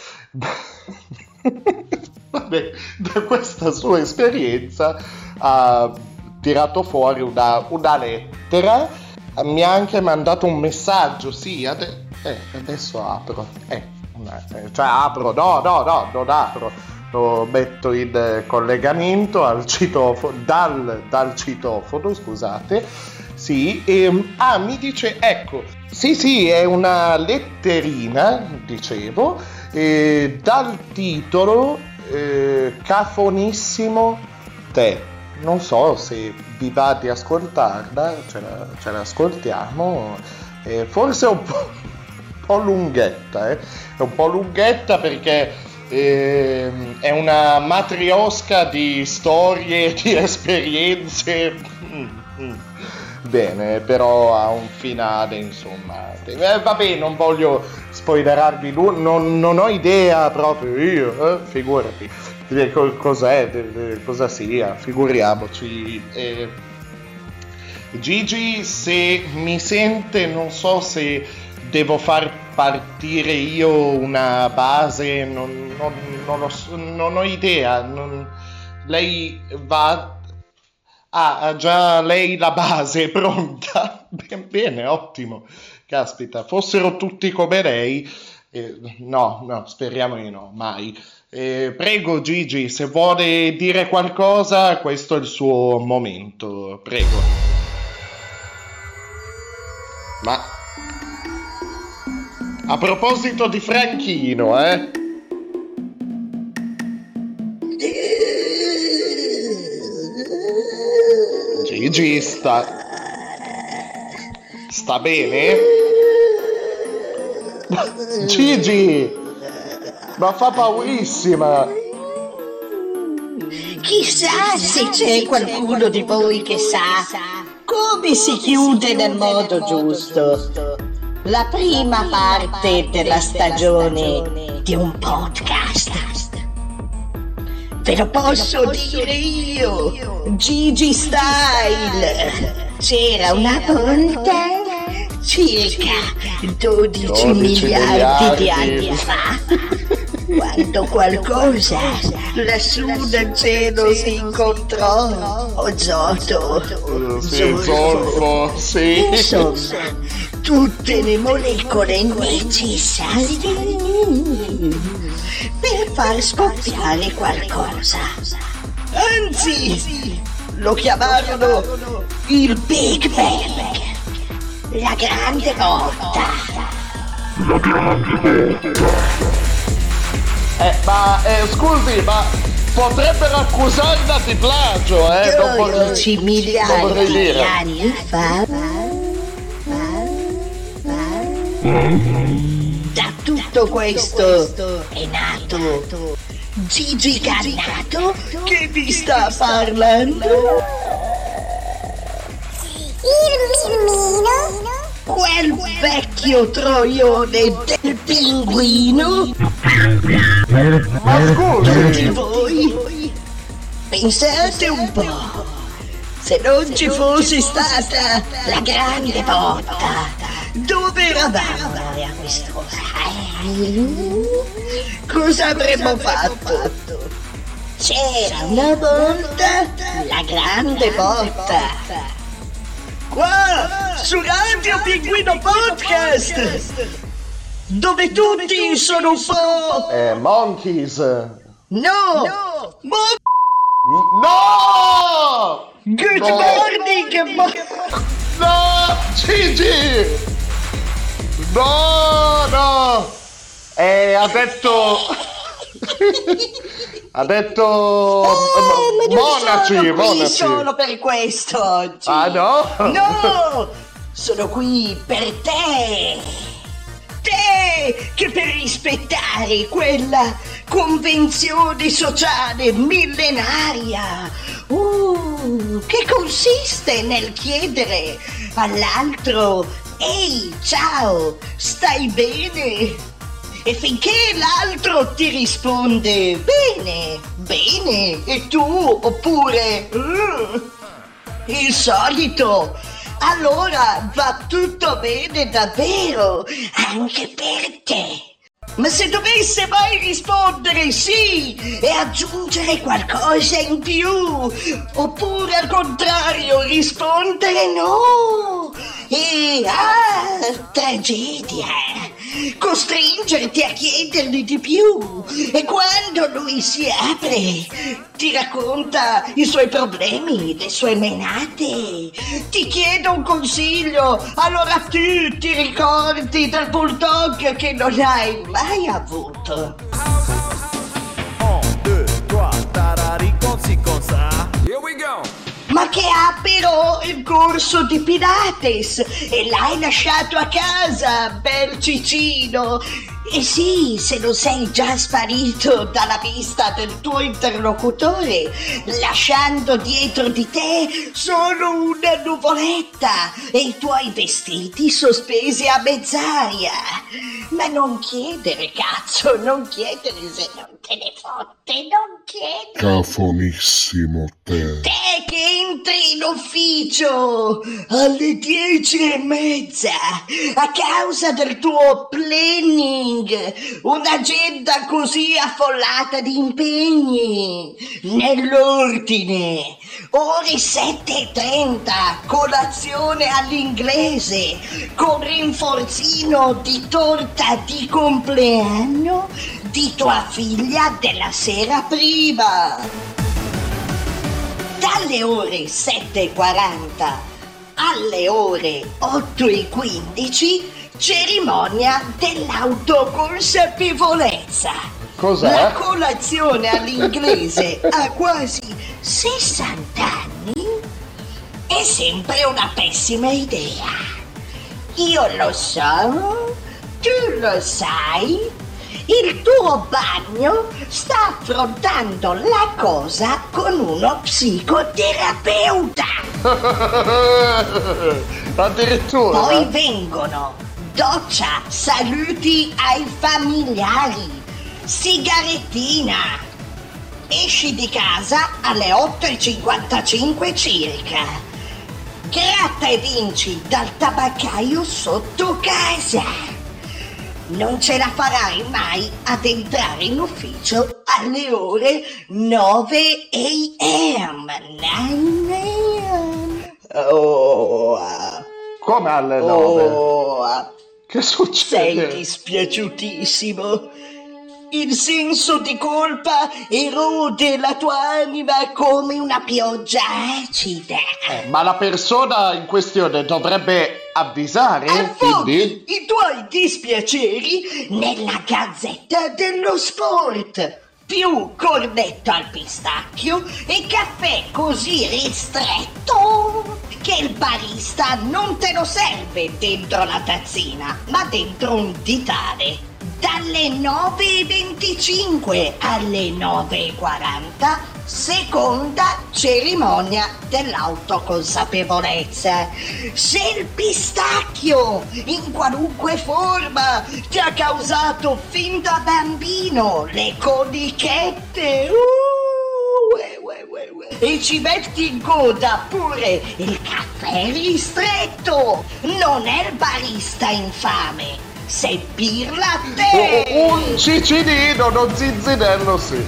[SPEAKER 3] Vabbè, da questa sua esperienza ha tirato fuori una, una lettera, mi ha anche mandato un messaggio, sì, ade- eh, adesso apro, eh, cioè apro, no, no, no, non apro. Lo metto in collegamento al citofono, dal, dal citofono, scusate, Sì, e, ah, mi dice, ecco, sì, sì, è una letterina, dicevo, eh, dal titolo eh, Cafonissimo Te. Non so se vi va di ascoltarla, ce la, ce la ascoltiamo, eh, forse è un po', un po' lunghetta, eh? È un po' lunghetta perché eh, è una matriosca di storie, di esperienze. Bene, però ha un finale, insomma. Eh, vabbè, non voglio spoilerarvi, non, non ho idea proprio io, eh? Figurati. Cos'è, cosa sia, figuriamoci. Eh, Gigi, se mi sente, non so se devo far partire io una base, non, non, non, lo so, non ho idea. Non, lei va... Ah, ha già lei la base pronta? Bene, bene, ottimo. Caspita, fossero tutti come lei. Eh, no, no, speriamo di no, mai. Eh, prego Gigi, se vuole dire qualcosa, questo è il suo momento, prego. Ma a proposito di Franchino, eh? Gigi sta... sta bene? Gigi! Ma fa paurissima!
[SPEAKER 7] Chissà se c'è qualcuno di voi che sa come si chiude nel modo giusto la prima parte della stagione di un podcast. Ve lo posso dire io, Gigi Style. C'era una volta, circa dodici miliardi di anni fa, quando qualcosa lassù nel cielo si incontrò, Ozoto,
[SPEAKER 3] sì, Zolfo, sì.
[SPEAKER 7] Insomma, tutte le molecole necessarie per far scoppiare qualcosa. Anzi, lo chiamarono il Big Bang, la grande botta.
[SPEAKER 3] La grande botta. Eh, ma eh, scusi, ma potrebbero accusarla di plagio, eh?
[SPEAKER 7] dodici miliardi di anni fa, da tutto questo è nato Gigi Cannato, che vi sta parlando. Il Mimmino, quel vecchio troione del pinguino.
[SPEAKER 3] Ma scusi!
[SPEAKER 7] Tutti voi pensate un po', se non ci fosse stata la grande botta, dove eravamo a quest'ora? Cosa avremmo fatto? C'era una volta la grande botta. Qua su Radio Pinguino Podcast, dove tutti sono un po'...
[SPEAKER 3] Eh, Monkeys.
[SPEAKER 7] No! Mo-
[SPEAKER 3] No!
[SPEAKER 7] Good
[SPEAKER 3] No!
[SPEAKER 7] morning! Mo-
[SPEAKER 3] No! Gigi! No, no! Eh, ha detto... ha detto...
[SPEAKER 7] Eh, ma non
[SPEAKER 3] monaci,
[SPEAKER 7] sono qui
[SPEAKER 3] monaci.
[SPEAKER 7] solo per questo oggi.
[SPEAKER 3] Ah, no?
[SPEAKER 7] No! Sono qui per te! Te che per rispettare quella convenzione sociale millenaria, uh, che consiste nel chiedere all'altro: ehi, ciao, stai bene? E finché l'altro ti risponde bene, bene, e tu oppure mm, il solito, allora va tutto bene davvero, anche per te. Ma se dovesse mai rispondere sì e aggiungere qualcosa in più, oppure al contrario rispondere no, e ah, tragedia, costringerti a chiedergli di più. E quando lui si apre, ti racconta i suoi problemi, le sue menate, ti chiede un consiglio, allora tu ti ricordi del bulldog che non hai mai avuto.
[SPEAKER 5] Here we go.
[SPEAKER 7] Ma che ha però il corso di Pilates e l'hai lasciato a casa, bel cicino. E sì, se non sei già sparito dalla vista del tuo interlocutore, lasciando dietro di te solo una nuvoletta e i tuoi vestiti sospesi a mezz'aria. Ma non chiedere, cazzo, non chiedere se non te ne fotte, non chiedere.
[SPEAKER 1] Cafonissimo te.
[SPEAKER 7] Te che entri in ufficio alle dieci e mezza a causa del tuo planning, un'agenda così affollata di impegni. Nell'ordine, ore sette e trenta, colazione all'inglese con rinforzino di torta di compleanno di tua figlia della sera prima. Dalle ore sette e quaranta alle ore otto e quindici, cerimonia dell'autoconsapevolezza.
[SPEAKER 3] Cos'è?
[SPEAKER 7] La colazione all'inglese a quasi sessanta anni è sempre una pessima idea. Io lo so, tu lo sai. Il tuo bagno sta affrontando la cosa con uno psicoterapeuta.
[SPEAKER 3] Addirittura.
[SPEAKER 7] Poi vengono doccia, saluti ai familiari, sigarettina. Esci di casa alle otto e cinquantacinque circa. Gratta e vinci dal tabaccaio sotto casa. Non ce la farai mai ad entrare in ufficio alle ore nove a m. nove a m. Oh,
[SPEAKER 3] Come alle nove?
[SPEAKER 7] oh,
[SPEAKER 3] Che succede?
[SPEAKER 7] sei dispiaciutissimo. Il senso di colpa erode la tua anima come una pioggia acida.
[SPEAKER 3] Eh, ma la persona in questione dovrebbe avvisare,
[SPEAKER 7] Affoghi
[SPEAKER 3] quindi?
[SPEAKER 7] i tuoi dispiaceri nella gazzetta dello sport. Più cornetto al pistacchio e caffè così ristretto che il barista non te lo serve dentro la tazzina, ma dentro un ditale. Dalle nove e venticinque alle nove e quaranta, seconda cerimonia dell'autoconsapevolezza. Se il pistacchio, in qualunque forma, ti ha causato fin da bambino le colichette, uh, ue, ue, ue, ue, e ci metti in coda pure il caffè ristretto, non è il barista infame. Sei pirla te!
[SPEAKER 3] Un cicinino, non zinzinello, sì.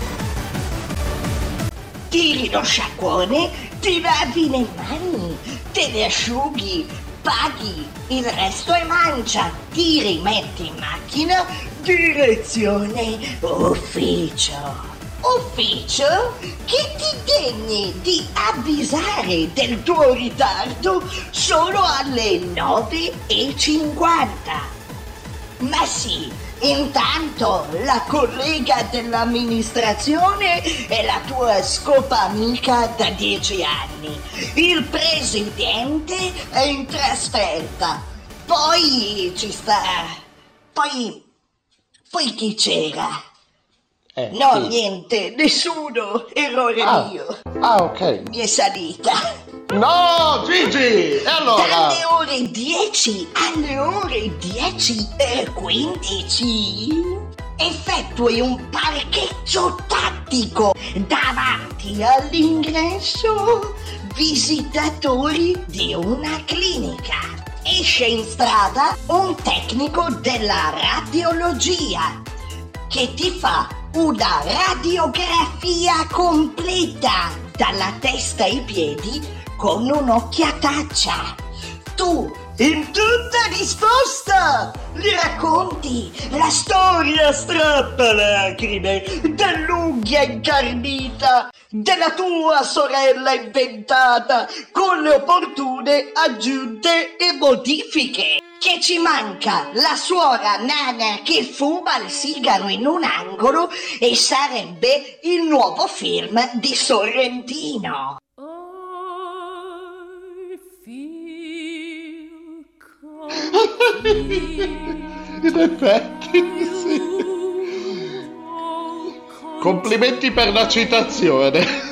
[SPEAKER 7] Tiri lo sciacquone, ti lavi le mani, te le asciughi, paghi, il resto è mancia, ti rimetti in macchina, direzione ufficio. Ufficio che ti degni di avvisare del tuo ritardo solo alle nove e cinquanta. Ma sì, intanto la collega dell'amministrazione è la tua scopa amica da dieci anni. Il presidente è in trasferta. Poi ci sta... Poi... Poi chi c'era?
[SPEAKER 3] Eh,
[SPEAKER 7] No,
[SPEAKER 3] sì.
[SPEAKER 7] niente, nessuno, errore
[SPEAKER 3] Ah.
[SPEAKER 7] mio.
[SPEAKER 3] Ah, ok.
[SPEAKER 7] Mi è salita.
[SPEAKER 3] No, Gigi! E allora?
[SPEAKER 7] Dalle ore dieci alle ore dieci e quindici effettui un parcheggio tattico davanti all'ingresso visitatori di una clinica. Esce in strada un tecnico della radiologia che ti fa una radiografia completa dalla testa ai piedi con un'occhiataccia. Tu In tutta risposta le racconti la storia strappalacrime dell'unghia incarnita della tua sorella inventata, con le opportune aggiunte e modifiche. Che ci manca la suora nana che fuma il sigaro in un angolo e sarebbe il nuovo film di Sorrentino.
[SPEAKER 3] In effetti, sì. Complimenti per la citazione.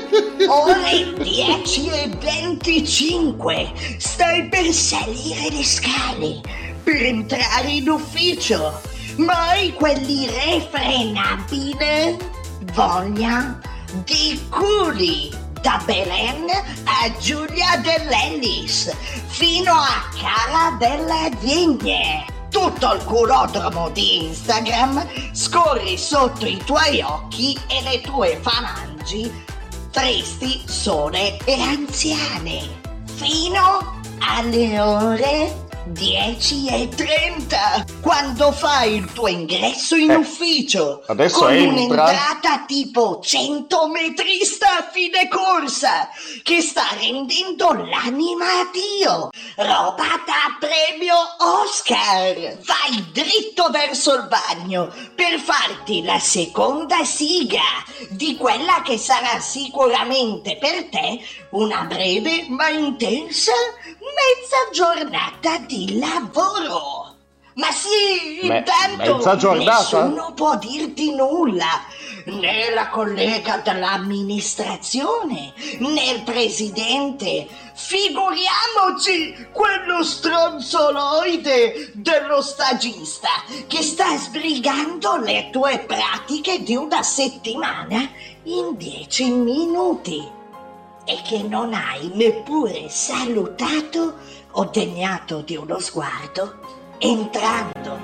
[SPEAKER 7] Ore dieci e venticinque. Stai per salire le scale per entrare in ufficio, ma hai quell'irrefrenabile voglia di culi. Da Belen a Giulia dell'Ellis, fino a Cara delle Vigne. Tutto il culodromo di Instagram scorre sotto i tuoi occhi e le tue falangi, tristi, sole e anziane, fino alle ore dieci e trenta, quando fai il tuo ingresso in
[SPEAKER 3] eh,
[SPEAKER 7] ufficio
[SPEAKER 3] adesso
[SPEAKER 7] con
[SPEAKER 3] entra.
[SPEAKER 7] un'entrata tipo centometrista a fine corsa che sta rendendo l'anima a Dio, roba da premio Oscar. Vai dritto verso il bagno per farti la seconda siga di quella che sarà sicuramente per te una breve ma intensa mezza giornata di lavoro. Ma sì,
[SPEAKER 3] Me-
[SPEAKER 7] intanto
[SPEAKER 3] mezza giornata?
[SPEAKER 7] nessuno può dirti nulla, né la collega dell'amministrazione, né il presidente, figuriamoci quello stronzoloide dello stagista che sta sbrigando le tue pratiche di una settimana in dieci minuti. E che non hai neppure salutato o degnato di uno sguardo entrando.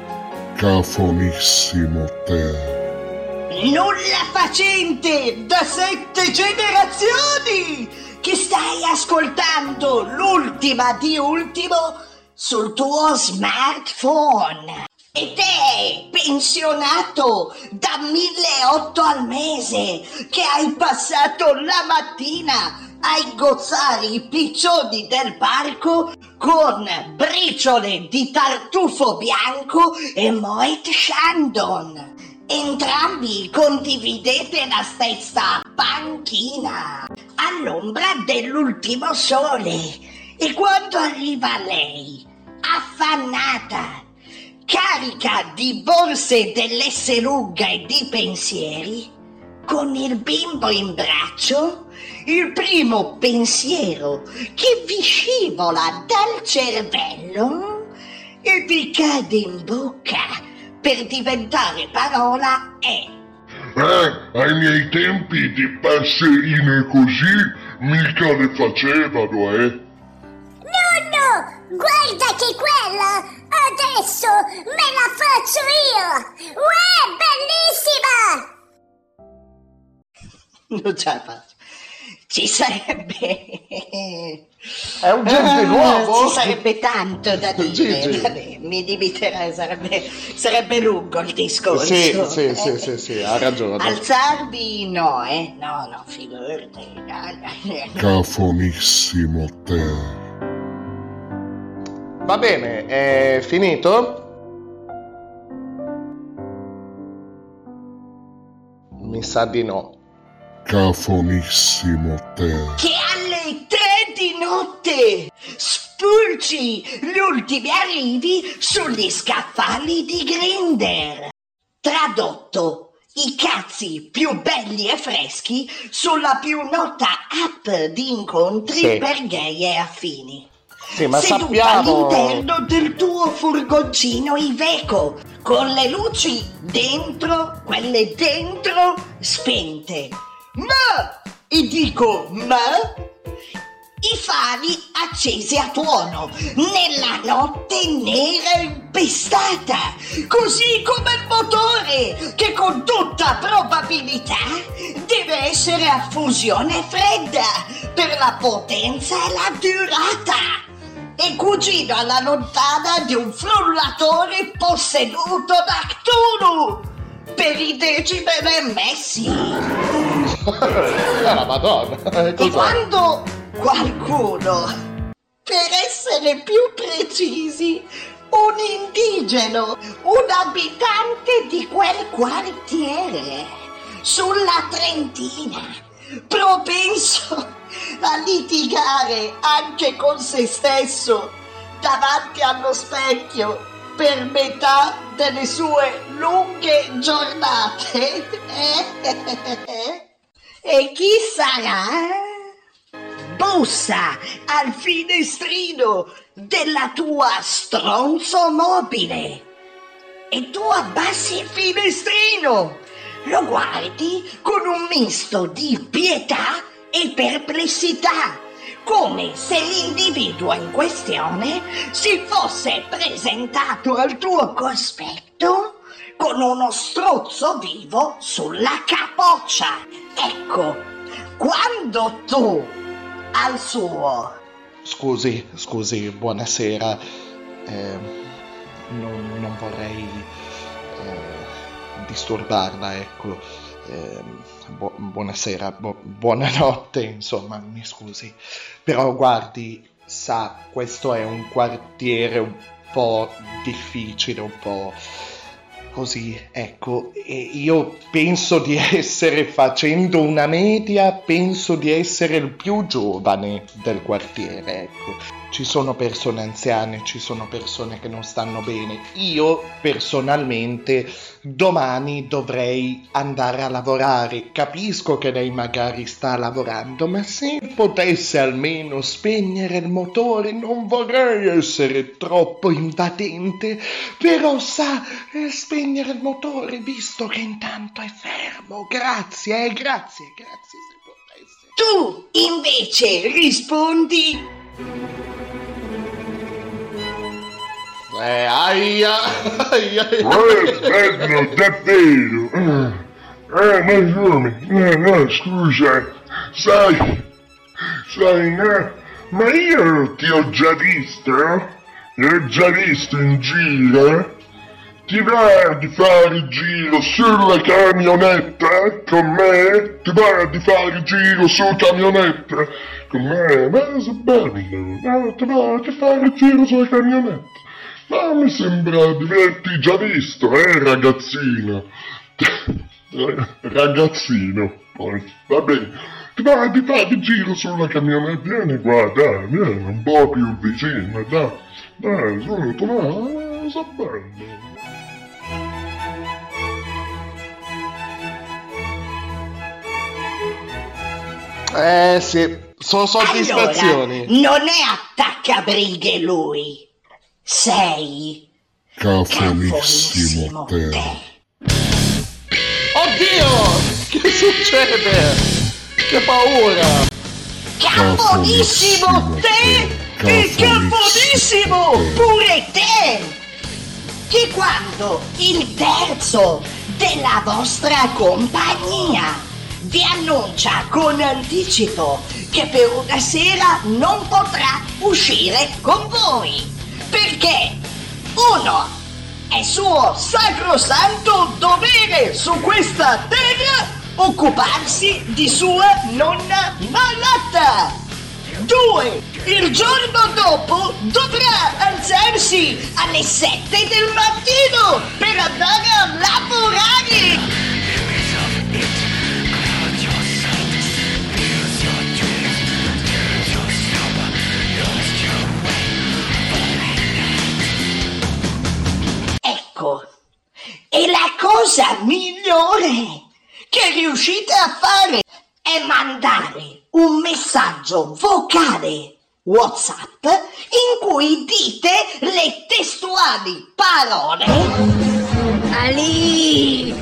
[SPEAKER 1] Cafonissimo te.
[SPEAKER 7] Nulla facente da sette generazioni che stai ascoltando l'ultima di ultimo sul tuo smartphone. E te, pensionato da milleottocento al mese, che hai passato la mattina a ingozzare i piccioni del parco con briciole di tartufo bianco e Moet Chandon. Entrambi condividete la stessa panchina all'ombra dell'ultimo sole. E quando arriva lei, affannata, carica di borse dell'Esselunga e di pensieri, con il bimbo in braccio, il primo pensiero che vi scivola dal cervello e vi cade in bocca per diventare parola è:
[SPEAKER 1] Eh, ai miei tempi di passerine così mica le facevano, eh.
[SPEAKER 8] Nonno, guarda che quella adesso me la faccio io! Uè, bellissima!
[SPEAKER 7] Non ce la faccio. Ci sarebbe...
[SPEAKER 3] È un gentiluomo?
[SPEAKER 7] Ci sarebbe tanto da dire.
[SPEAKER 3] Gigi.
[SPEAKER 7] Vabbè, mi dimiterei, sarebbe, sarebbe lungo il discorso.
[SPEAKER 3] Sì, sì, sì, sì, sì, ha ragione.
[SPEAKER 7] Alzarvi no, eh? No, no, figurati.
[SPEAKER 1] Cafonissimo te.
[SPEAKER 3] Va bene, è finito? Mi sa di no.
[SPEAKER 1] Cafonissimo te.
[SPEAKER 7] Che alle tre di notte spulci gli ultimi arrivi sugli scaffali di Grindr. Tradotto, i cazzi più belli e freschi sulla più nota app di incontri
[SPEAKER 3] Sì.
[SPEAKER 7] per gay e affini.
[SPEAKER 3] Sì, ma
[SPEAKER 7] Seduta
[SPEAKER 3] sappiamo...
[SPEAKER 7] all'interno del tuo furgoncino Iveco, con le luci dentro, quelle dentro spente. Ma, e dico ma, i fari accesi a tuono, nella notte nera impestata, così come il motore, che con tutta probabilità deve essere a fusione fredda per la potenza e la durata. e cugino alla lontana di un frullatore posseduto da Cthulhu per i decibel messi.
[SPEAKER 3] La Madonna.
[SPEAKER 7] E quando qualcuno, per essere più precisi, un indigeno, un abitante di quel quartiere, sulla Trentina, propenso a litigare anche con se stesso davanti allo specchio per metà delle sue lunghe giornate. E chi sarà? Bussa al finestrino della tua stronzo mobile e tu abbassi il finestrino, lo guardi con un misto di pietà e perplessità, come se l'individuo in questione si fosse presentato al tuo cospetto con uno struzzo vivo sulla capoccia. Ecco, quando tu al suo...
[SPEAKER 3] Scusi, scusi, buonasera. Eh, non, non vorrei eh, disturbarla, ecco. Eh, bu- buonasera, bu- buonanotte, insomma, mi scusi. Però guardi, sa, questo è un quartiere un po' difficile, un po' così, ecco, e io penso di essere, facendo una media, penso di essere il più giovane del quartiere, ecco. Ci sono persone anziane, ci sono persone che non stanno bene. Io, personalmente, domani dovrei andare a lavorare. Capisco che lei magari sta lavorando, ma se potesse almeno spegnere il motore, non vorrei essere troppo invadente, però sa, eh, spegnere il motore, visto che intanto è fermo. Grazie, eh, grazie, grazie se potesse.
[SPEAKER 7] Tu, invece, rispondi...
[SPEAKER 3] Eh, aia, aia, aia.
[SPEAKER 1] Eh, bello, davvero. Eh, ma come? No, no, scusa. Sai, sai, no, ma io ti ho già visto, ti ho già visto in giro. Ti va di fare il giro sulla camionetta con me? Ti va di fare il giro sulla camionetta con me? Ma sei bello, no, ti va di fare il giro sulla camionetta? Ma mi sembra di averti già visto, eh, ragazzino. Ragazzino, poi, va bene. Ti va di fare il giro sulla camionetta? Vieni qua, dai, vieni un po' più vicino, dai. Dai, su, tu va, sta bello.
[SPEAKER 3] Eh sì, sono soddisfazioni.
[SPEAKER 7] Allora, non è attaccabrighe lui. Sei cafonissimo te.
[SPEAKER 3] Oddio! Che succede? Che paura!
[SPEAKER 7] Cafonissimo te! E cafonissimo pure te! Che quando il terzo della vostra compagnia vi annuncia con anticipo che per una sera non potrà uscire con voi, perché uno è suo sacrosanto dovere su questa terra occuparsi di sua nonna malata. Due, il giorno dopo dovrà alzarsi alle sette del mattino per andare a lavorare. Ecco, e la cosa migliore che riuscite a fare è mandare un messaggio vocale WhatsApp in cui dite le testuali parole Ali!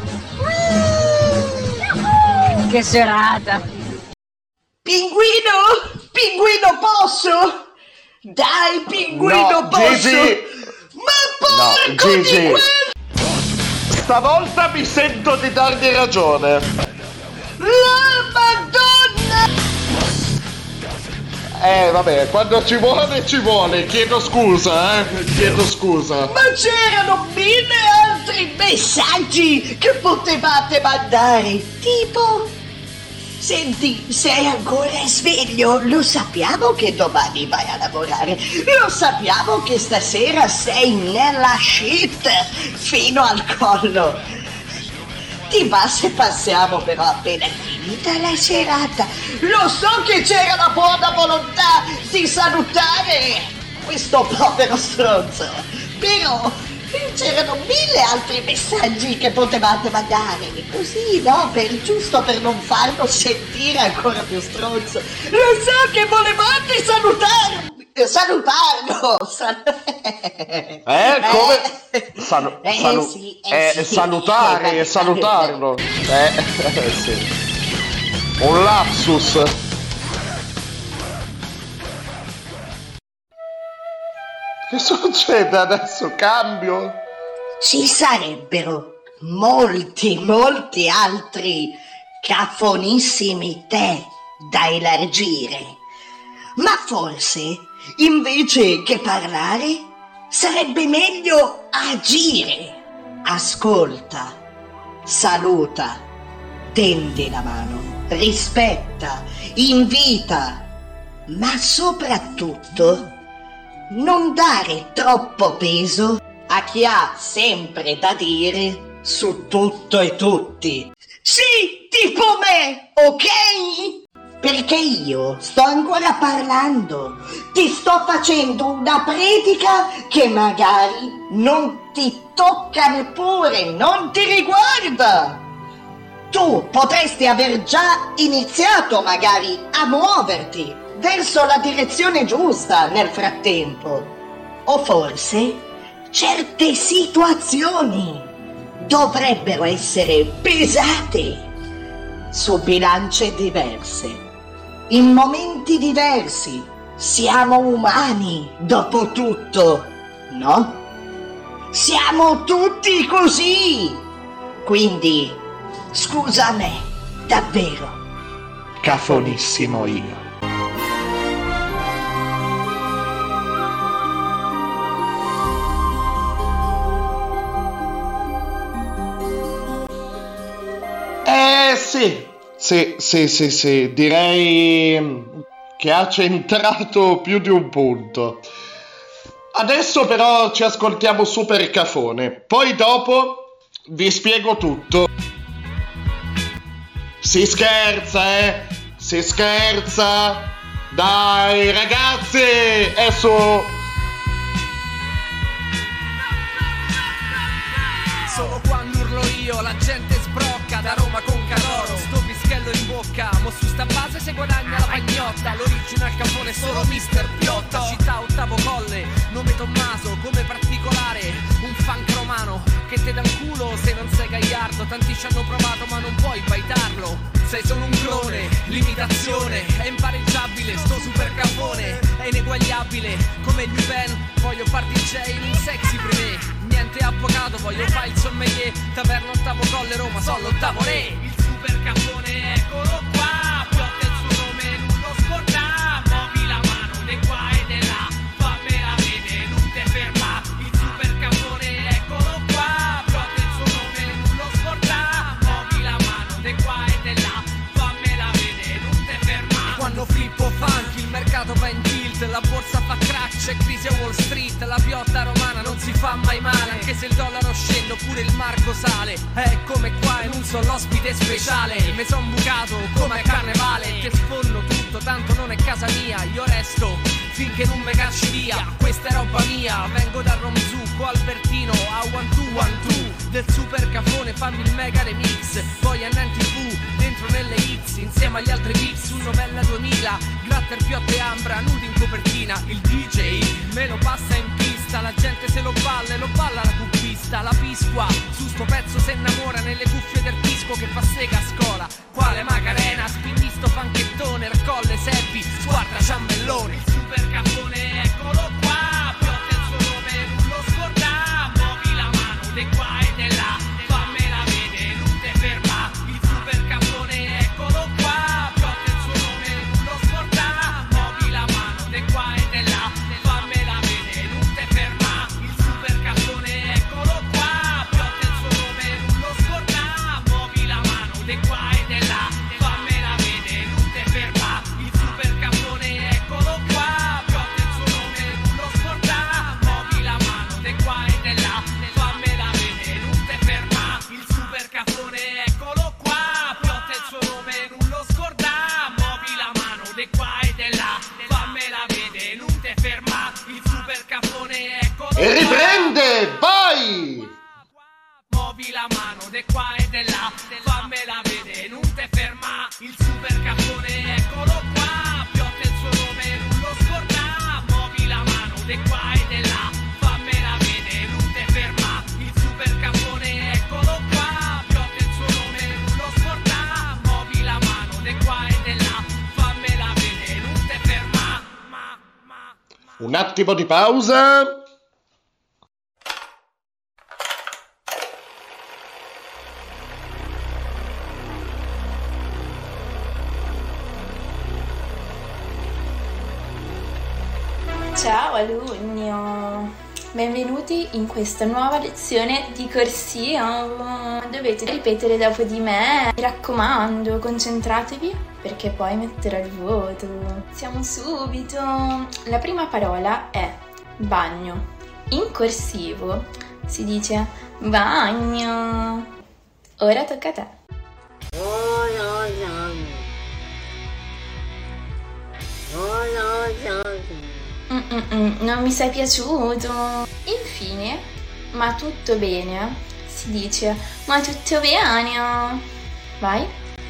[SPEAKER 9] Che serata!
[SPEAKER 7] Pinguino! Pinguino posso? Dai, pinguino,
[SPEAKER 3] no,
[SPEAKER 7] posso?
[SPEAKER 3] Gigi.
[SPEAKER 7] Ma porco
[SPEAKER 3] no,
[SPEAKER 7] di
[SPEAKER 3] Gigi.
[SPEAKER 7] quel...
[SPEAKER 3] Stavolta mi sento di dargli ragione.
[SPEAKER 7] La Madonna!
[SPEAKER 3] Eh, vabbè, quando ci vuole, ci vuole. Chiedo scusa, eh. Chiedo scusa.
[SPEAKER 7] Ma c'erano mille altri messaggi che potevate mandare. Tipo... Senti, sei ancora sveglio? Lo sappiamo che domani vai a lavorare. Lo sappiamo che stasera sei nella shit fino al collo. Ti va se passiamo però appena finita la serata? Lo so che c'era la buona volontà di salutare questo povero stronzo, però c'erano mille altri messaggi che potevate mandare, così, no? Per, giusto per non farlo sentire ancora più stronzo. Lo so che volevate salutarmi. Salutarlo! Sal-
[SPEAKER 3] eh, come? Salu-
[SPEAKER 7] eh,
[SPEAKER 3] salu-
[SPEAKER 7] sì, eh,
[SPEAKER 3] eh,
[SPEAKER 7] sì.
[SPEAKER 3] salutare,
[SPEAKER 7] eh,
[SPEAKER 3] salutarlo. Eh, eh, sì. Un lapsus. Che succede adesso? Cambio?
[SPEAKER 7] Ci sarebbero molti, molti altri cafonissimi tè da elargire, ma forse invece che parlare sarebbe meglio agire. Ascolta, saluta, tendi la mano, rispetta, invita, ma soprattutto non dare troppo peso a chi ha sempre da dire su tutto e tutti. Sì, tipo me, ok? Perché io sto ancora parlando, ti sto facendo una predica che magari non ti tocca neppure, non ti riguarda. Tu potresti aver già iniziato magari a muoverti verso la direzione giusta nel frattempo. O forse certe situazioni dovrebbero essere pesate su bilance diverse, in momenti diversi. Siamo umani, dopo tutto, no? Siamo tutti così. Quindi, scusa me, davvero.
[SPEAKER 2] Cafonissimo io.
[SPEAKER 3] Eh sì, sì, sì, sì, sì, direi che ha centrato più di un punto. Adesso però ci ascoltiamo Super Cafone, poi dopo vi spiego tutto. Si scherza, eh? Si scherza! Dai, ragazzi! Adesso...
[SPEAKER 10] Solo quando urlo io la gente sbrocca da Roma con Caloro. Sto pischello in bocca, mo su sta base se guadagna la pagnotta. L'original Cafone solo mister Piotta. Città ottavo colle, nome Tommaso come particolare. Un funk romano che te dà un culo se non sei gagliardo. Tanti ci hanno provato ma non puoi baitarlo. Sei solo un clone, l'imitazione è impareggiabile. Sto Super Cafone è ineguagliabile come New Ben. Voglio far D J in un sexy pre-me. Niente avvocato, voglio fare il sommelier. Taverna ottavo colle, Roma, sono l'ottavo re. Il Super Cafone, eccolo qua. Piotta il suo nome, non lo scorda. Muovi la mano di qua e di là. Fammela vedere, non te ferma. Il Super Cafone, eccolo qua. Piotta il suo nome, non lo scorda. Muovi la mano di qua e di là. Fammela vedere, non te ferma. Quando flippo funk, il mercato va in tilt. La borsa fa crack, c'è crisi a Wall Street. La piotta romana non si fa mai male. Anche se il dollaro scende oppure il marco sale. È come qua e non sono l'ospite speciale. Mi son bucato come a carnevale. Che sfonno tutto, tanto non è casa mia. Io resto finché non me cacci via. Questa è roba mia, vengo da Romzucco, Albertino, a one two one two. Del Super Cafone fammi il mega remix. Poi andan in tivù, dentro nelle hits. Insieme agli altri beats su Novella duemila. Gratter, Piotta e Ambra, nudi in copertina. Il D J me lo passa in pista. La gente se lo balla e lo balla la cubista. La pisqua, su sto pezzo se innamora. Nelle cuffie del disco che fa sega a scuola. Quale Macarena, spingi sto panchettone. Raccolle Seppi, squadra ciambellone. Il Super Cafone, eccolo qua. Piotta il suo nome, non lo scorda. Muovi la mano di qua e di là. Fammela vedere, non te ferma. Il Super Cafone, eccolo qua. Piotta il suo nome, non lo scorda. Muovi la mano di là, fammela vedere, non te ferma, il super cafone eccolo qua, Piotta il suo nome, non lo scorda, muovi la mano di qua e di là, fammela vedere, non te ferma, il super cafone eccolo qua.
[SPEAKER 3] E riprende, vai!
[SPEAKER 10] Muovi la mano di qua e di là, fammela vedere, non te ferma, il super cafone eccolo qua, Piotta il suo nome, non lo scorda, muovi la mano di qua e di là, fammela vedere, non te ferma, il super cafone eccolo qua, Piotta il suo nome, non lo scorda, muovi la mano di qua e di là, fammela vedere, non te ferma. Ma, ma, ma.
[SPEAKER 3] Un attimo di pausa.
[SPEAKER 11] Ciao alunni, benvenuti in questa nuova lezione di corsia. Dovete ripetere dopo di me, mi raccomando, concentratevi perché poi metterò il voto. Siamo subito. La prima parola è bagno. In corsivo si dice bagno. Ora tocca a te. Mm-mm, non mi sei piaciuto. Infine, ma tutto bene, si dice ma tutto bene. Vai.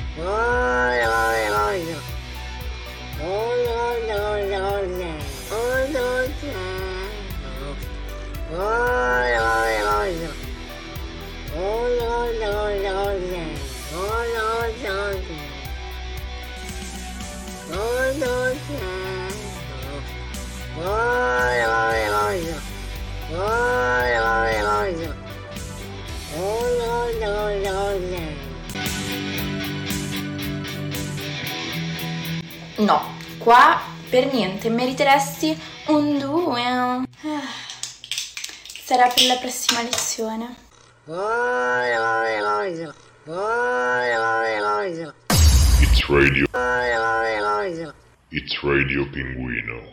[SPEAKER 11] No, qua per niente meriteresti un due. Sarà per la prossima lezione.
[SPEAKER 1] It's Radio. It's Radio Pinguino.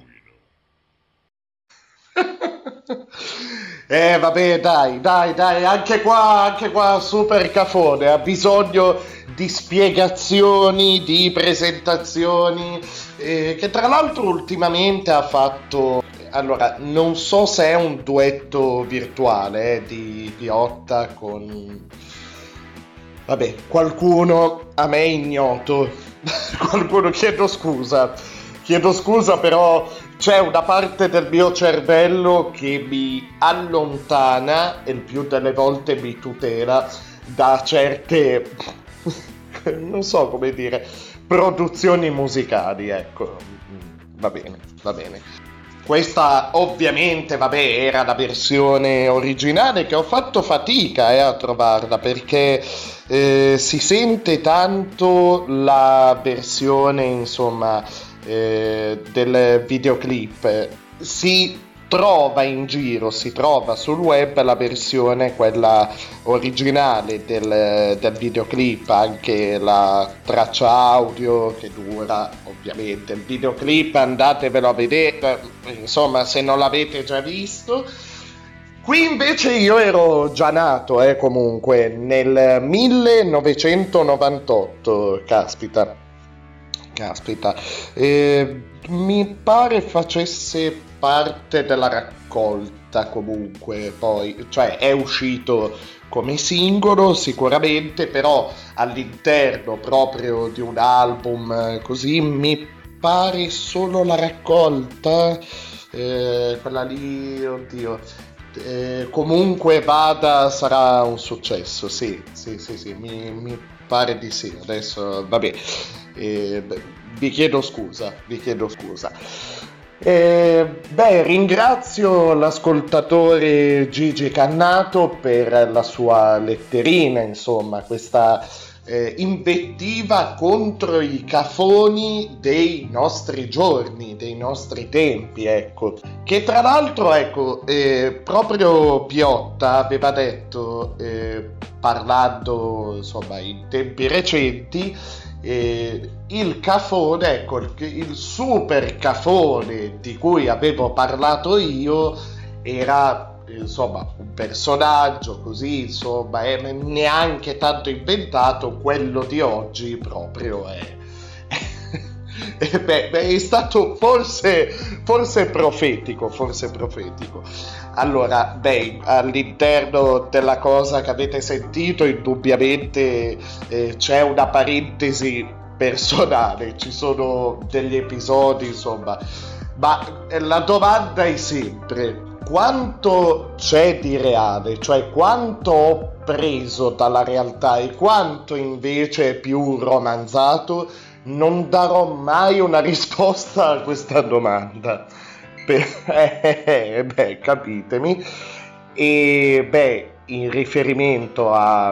[SPEAKER 3] Eh vabbè, dai, dai, dai, anche qua, anche qua super cafone, ha bisogno di spiegazioni, di presentazioni, eh, che tra l'altro ultimamente ha fatto, allora, non so se è un duetto virtuale eh, di Piotta con, vabbè, qualcuno a me ignoto, qualcuno, chiedo scusa, chiedo scusa però c'è una parte del mio cervello che mi allontana e il più delle volte mi tutela da certe, non so come dire, produzioni musicali, ecco, va bene, va bene. Questa ovviamente, vabbè, era la versione originale che ho fatto fatica eh, a trovarla perché eh, si sente tanto la versione, insomma, Eh, del videoclip. Si trova in giro, si trova sul web la versione, quella originale del, del videoclip, anche la traccia audio che dura ovviamente il videoclip, andatevelo a vedere, insomma, se non l'avete già visto. Qui invece io ero già nato, eh, comunque, nel millenovecentonovantotto, caspita. Caspita, eh, mi pare facesse parte della raccolta comunque, poi, cioè è uscito come singolo sicuramente, però all'interno proprio di un album così mi pare solo la raccolta, eh, quella lì, oddio, eh, comunque vada, sarà un successo, sì, sì, sì, sì, mi, mi pare di sì, adesso vabbè. Eh, vi chiedo scusa, vi chiedo scusa. Eh, beh, ringrazio l'ascoltatore Gigi Cannato per la sua letterina, insomma, questa eh, invettiva contro i cafoni dei nostri giorni, dei nostri tempi, ecco. Che tra l'altro, ecco, eh, proprio Piotta aveva detto, eh, parlando, insomma, in tempi recenti, Eh, il cafone, ecco, il, il super cafone di cui avevo parlato io era insomma un personaggio così, insomma, è neanche tanto inventato. Quello di oggi proprio è eh beh, beh, è stato forse forse profetico, forse profetico. Allora, beh, all'interno della cosa che avete sentito indubbiamente eh, c'è una parentesi personale, ci sono degli episodi, insomma, ma la domanda è sempre: quanto c'è di reale, cioè quanto ho preso dalla realtà e quanto invece è più romanzato? Non darò mai una risposta a questa domanda. Per, eh, beh, capitemi. E beh, in riferimento a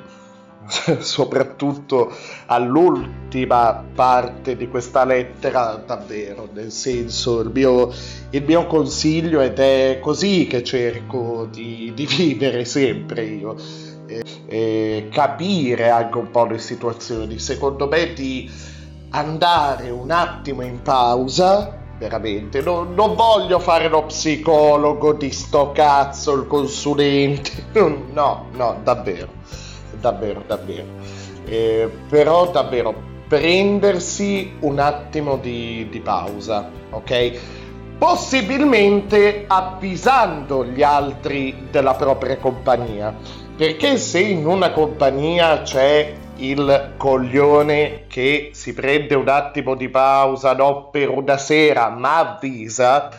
[SPEAKER 3] soprattutto all'ultima parte di questa lettera, davvero, nel senso, il mio, il mio consiglio, ed è così che cerco di, di vivere sempre io, eh, eh, capire anche un po' le situazioni, secondo me, di andare un attimo in pausa, veramente, non, non voglio fare lo psicologo di sto cazzo, il consulente, no, no, davvero, davvero, davvero, eh, però davvero prendersi un attimo di, di pausa, ok? Possibilmente avvisando gli altri della propria compagnia, perché se in una compagnia c'è il coglione che si prende un attimo di pausa, no per una sera, ma avvisa,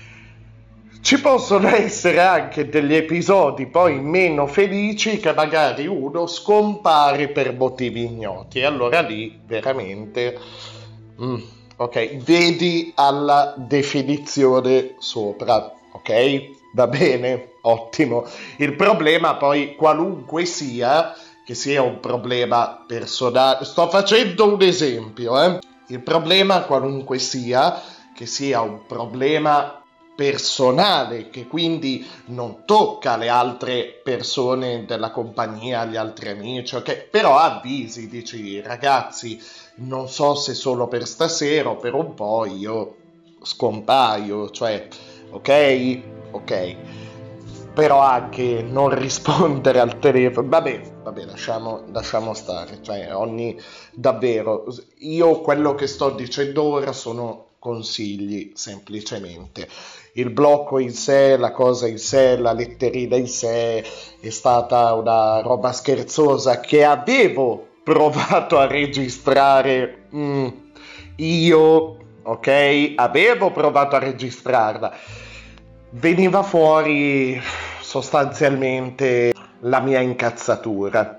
[SPEAKER 3] ci possono essere anche degli episodi poi meno felici, che magari uno scompare per motivi ignoti, e allora lì veramente mm, ok, vedi alla definizione sopra, ok? Va bene, ottimo. Il problema poi, qualunque sia, che sia un problema personale, sto facendo un esempio, eh? Il problema, qualunque sia, che sia un problema personale, che quindi non tocca le altre persone della compagnia, gli altri amici, ok? Però avvisi, dici: ragazzi, non so se solo per stasera o per un po' io scompaio, cioè, ok? Ok. Però anche non rispondere al telefono, vabbè, vabbè, lasciamo, lasciamo stare, cioè ogni, davvero, io quello che sto dicendo ora sono consigli, semplicemente. Il blocco in sé, la cosa in sé, la letterina in sé è stata una roba scherzosa che avevo provato a registrare mm, io, ok? Avevo provato a registrarla. Veniva fuori sostanzialmente la mia incazzatura.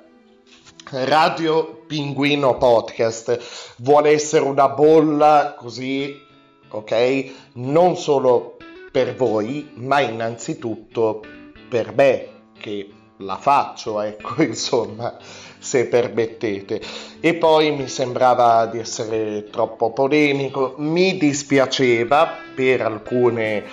[SPEAKER 3] Radio Pinguino Podcast vuole essere una bolla così, ok? Non solo per voi, ma innanzitutto per me, che la faccio, ecco, insomma, se permettete. E poi mi sembrava di essere troppo polemico, mi dispiaceva per alcune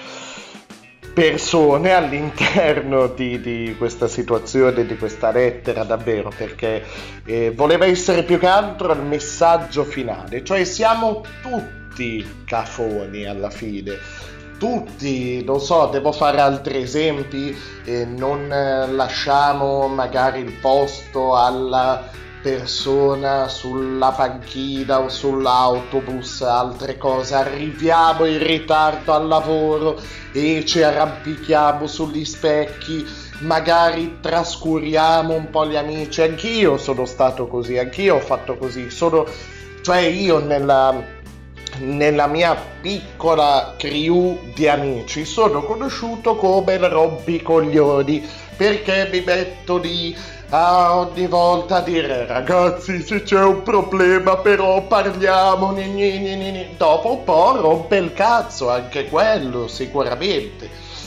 [SPEAKER 3] persone all'interno di, di questa situazione, di questa lettera, davvero, perché eh, voleva essere più che altro il messaggio finale, cioè siamo tutti cafoni alla fine, tutti, non so, devo fare altri esempi, eh, non eh, lasciamo magari il posto alla persona sulla panchina o sull'autobus, altre cose, arriviamo in ritardo al lavoro e ci arrampichiamo sugli specchi, magari trascuriamo un po' gli amici. Anch'io sono stato così, anch'io ho fatto così, sono, cioè io nella, nella mia piccola crew di amici sono conosciuto come il rompicoglioni, perché mi metto lì a ogni volta a dire: ragazzi, se c'è un problema però parliamo, ni, ni, ni, ni. Dopo un po' rompe il cazzo anche quello, sicuramente,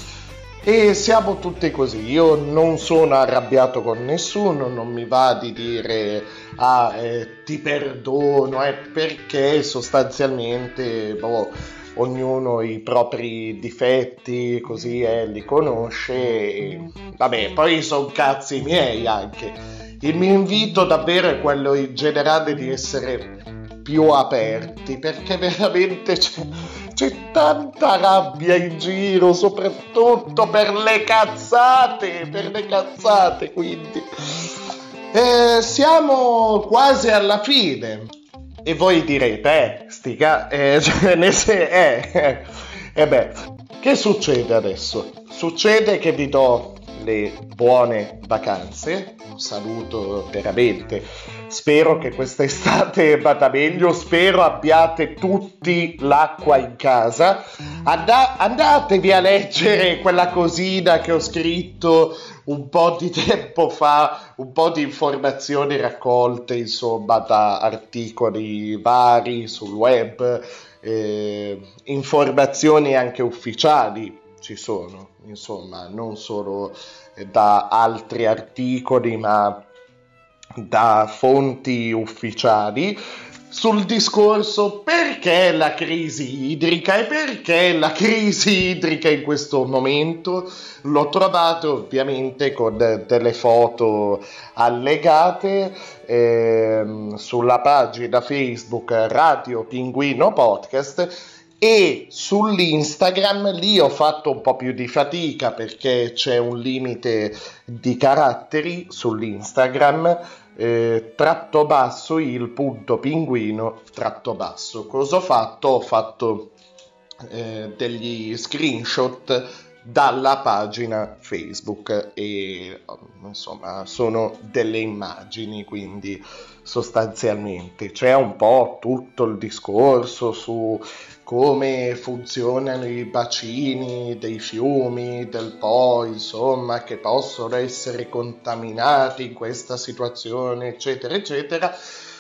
[SPEAKER 3] e siamo tutti così. Io non sono arrabbiato con nessuno, non mi va di dire ah eh, ti perdono, eh, perché sostanzialmente boh, ognuno i propri difetti, così eh, li conosce, e vabbè, poi sono cazzi miei anche. Il mio invito davvero è quello in generale di essere più aperti, perché veramente c'è, c'è tanta rabbia in giro, soprattutto per le cazzate, per le cazzate, quindi eh, siamo quasi alla fine. E voi direte, eh, stica, eh, cioè, ne se, eh, eh, eh beh, che succede adesso? Succede che vi do le buone vacanze, un saluto veramente, spero che quest'estate vada meglio, spero abbiate tutti l'acqua in casa, And- andatevi a leggere quella cosina che ho scritto un po' di tempo fa, un po' di informazioni raccolte insomma da articoli vari sul web, eh, informazioni anche ufficiali ci sono, insomma, non solo da altri articoli ma da fonti ufficiali sul discorso perché la crisi idrica e perché la crisi idrica in questo momento. L'ho trovato ovviamente con delle foto allegate ehm, sulla pagina Facebook Radio Pinguino Podcast. E sull'Instagram lì ho fatto un po' più di fatica perché c'è un limite di caratteri sull'Instagram, eh, tratto basso il punto pinguino tratto basso. Cosa ho fatto? Ho fatto eh, degli screenshot dalla pagina Facebook e insomma sono delle immagini, quindi sostanzialmente c'è un po' tutto il discorso su come funzionano i bacini dei fiumi, del Po, insomma, che possono essere contaminati in questa situazione, eccetera, eccetera.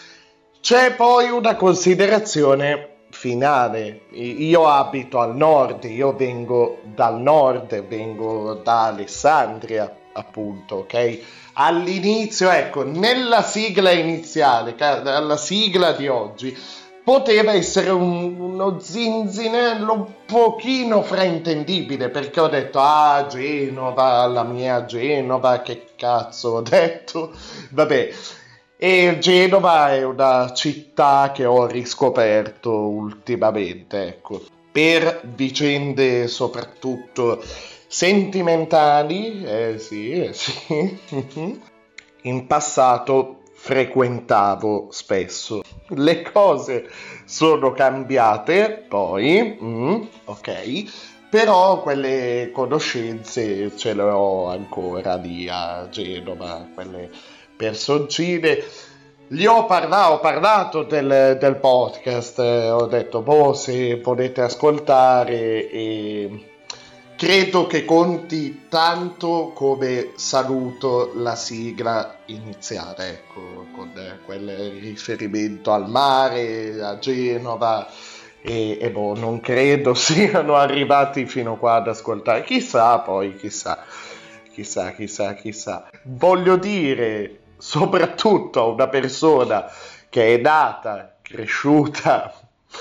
[SPEAKER 3] C'è poi una considerazione finale. Io abito al nord, io vengo dal nord, vengo da Alessandria, appunto, ok? All'inizio, ecco, nella sigla iniziale, alla sigla di oggi, poteva essere un, uno zinzinello un pochino fraintendibile, perché ho detto, ah, Genova, la mia Genova, che cazzo ho detto? Vabbè, e Genova è una città che ho riscoperto ultimamente, ecco, per vicende soprattutto sentimentali, eh sì, eh sì, in passato frequentavo spesso. Le cose sono cambiate poi, mm, ok, però quelle conoscenze ce le ho ancora lì a Genova, quelle personcine. Gli ho parlato, ho parlato del, del podcast, eh, ho detto, boh, se volete ascoltare, e credo che conti tanto come saluto la sigla iniziale, ecco, con quel riferimento al mare, a Genova, e, e boh, non credo siano arrivati fino qua ad ascoltare, chissà poi, chissà, chissà, chissà, chissà. Voglio dire, soprattutto a una persona che è nata, cresciuta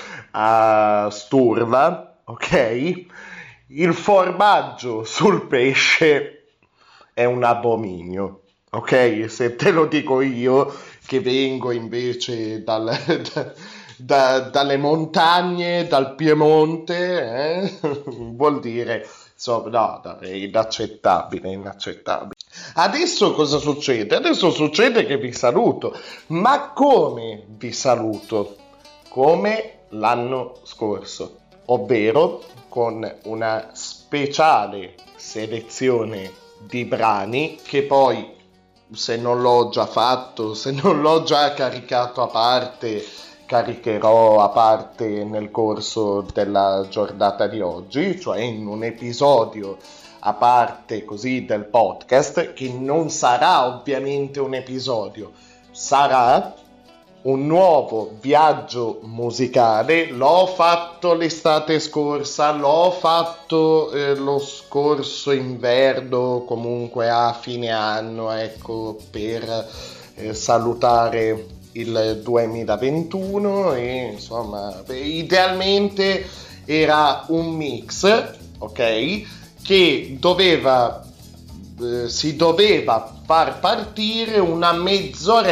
[SPEAKER 3] a Sturva, ok? Il formaggio sul pesce è un abominio, ok? Se te lo dico io, che vengo invece dal, da, da, dalle montagne, dal Piemonte, eh? Vuol dire, insomma, no, no, è inaccettabile, inaccettabile. Adesso cosa succede? Adesso succede che vi saluto, ma come vi saluto? Come l'anno scorso, ovvero con una speciale selezione di brani che poi, se non l'ho già fatto, se non l'ho già caricato a parte, caricherò a parte nel corso della giornata di oggi, cioè in un episodio a parte così del podcast, che non sarà ovviamente un episodio, sarà un nuovo viaggio musicale. L'ho fatto l'estate scorsa, l'ho fatto eh, lo scorso inverno, comunque a fine anno, ecco, per eh, salutare il duemilaventuno, e insomma, beh, idealmente era un mix, ok, che doveva eh, si doveva far partire una mezz'oretta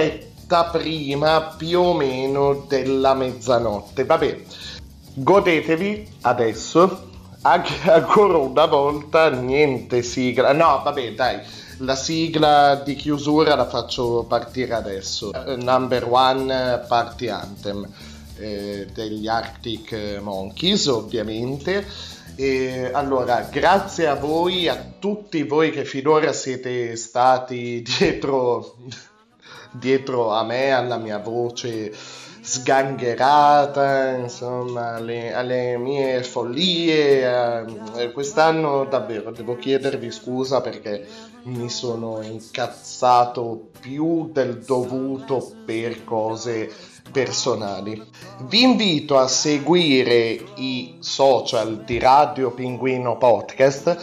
[SPEAKER 3] vista prima più o meno della mezzanotte. Vabbè, godetevi adesso, anche ancora una volta, niente sigla, no vabbè dai, la sigla di chiusura la faccio partire adesso, Number One Party Anthem eh, degli Arctic Monkeys ovviamente. E allora, grazie a voi, a tutti voi che finora siete stati dietro, dietro a me, alla mia voce sgangherata, insomma, alle, alle mie follie. Eh, quest'anno davvero devo chiedervi scusa perché mi sono incazzato più del dovuto per cose personali. Vi invito a seguire i social di Radio Pinguino Podcast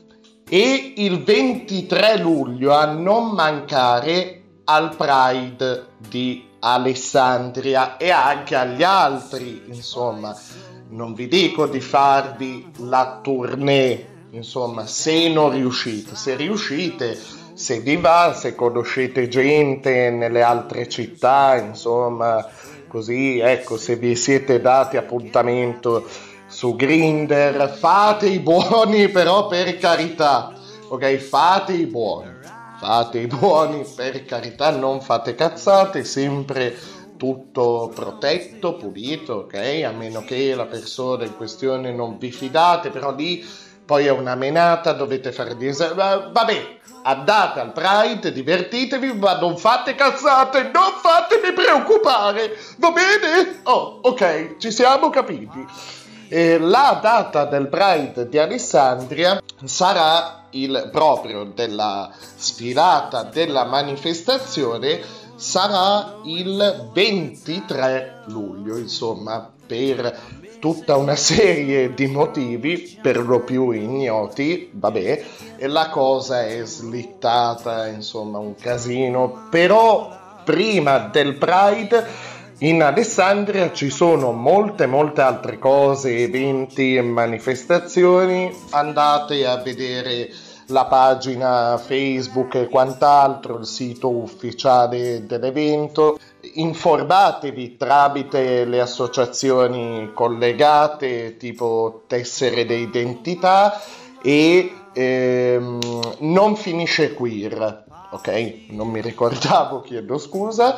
[SPEAKER 3] e il ventitré luglio a non mancare al Pride di Alessandria e anche agli altri, insomma, non vi dico di farvi la tournée, insomma, se non riuscite, se riuscite, se vi va, se conoscete gente nelle altre città, insomma, così, ecco, se vi siete dati appuntamento su Grindr, fate i buoni, però per carità, ok? Fate i buoni, fate i buoni per carità, non fate cazzate, sempre tutto protetto, pulito, ok? A meno che la persona in questione non vi fidate, però lì poi è una menata, dovete fare di esame, vabbè. Andate al Pride, divertitevi, ma non fate cazzate, non fatemi preoccupare, va bene? Oh, ok, ci siamo capiti. Eh, la data del Pride di Alessandria sarà il proprio della sfilata, della manifestazione, sarà il ventitré luglio, insomma, per tutta una serie di motivi per lo più ignoti, vabbè, e la cosa è slittata, insomma, un casino, però prima del Pride in Alessandria ci sono molte molte altre cose, eventi e manifestazioni. Andate a vedere la pagina Facebook e quant'altro, il sito ufficiale dell'evento, informatevi tramite le associazioni collegate tipo tessere d'identità e ehm, non finisce queer, ok? Non mi ricordavo, chiedo scusa.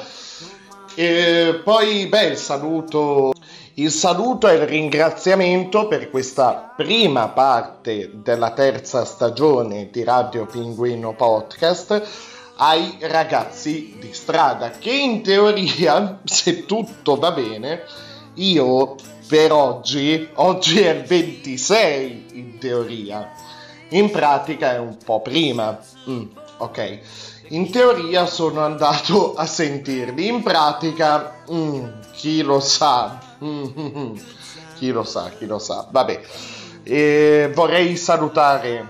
[SPEAKER 3] E poi beh, il saluto il saluto e il ringraziamento per questa prima parte della terza stagione di Radio Pinguino Podcast ai ragazzi di strada, che in teoria, se tutto va bene, io per oggi, oggi è il ventisei in teoria, in pratica è un po' prima, mm, ok, in teoria sono andato a sentirli, in pratica mm, chi lo sa, mm, chi lo sa, chi lo sa, vabbè, e vorrei salutare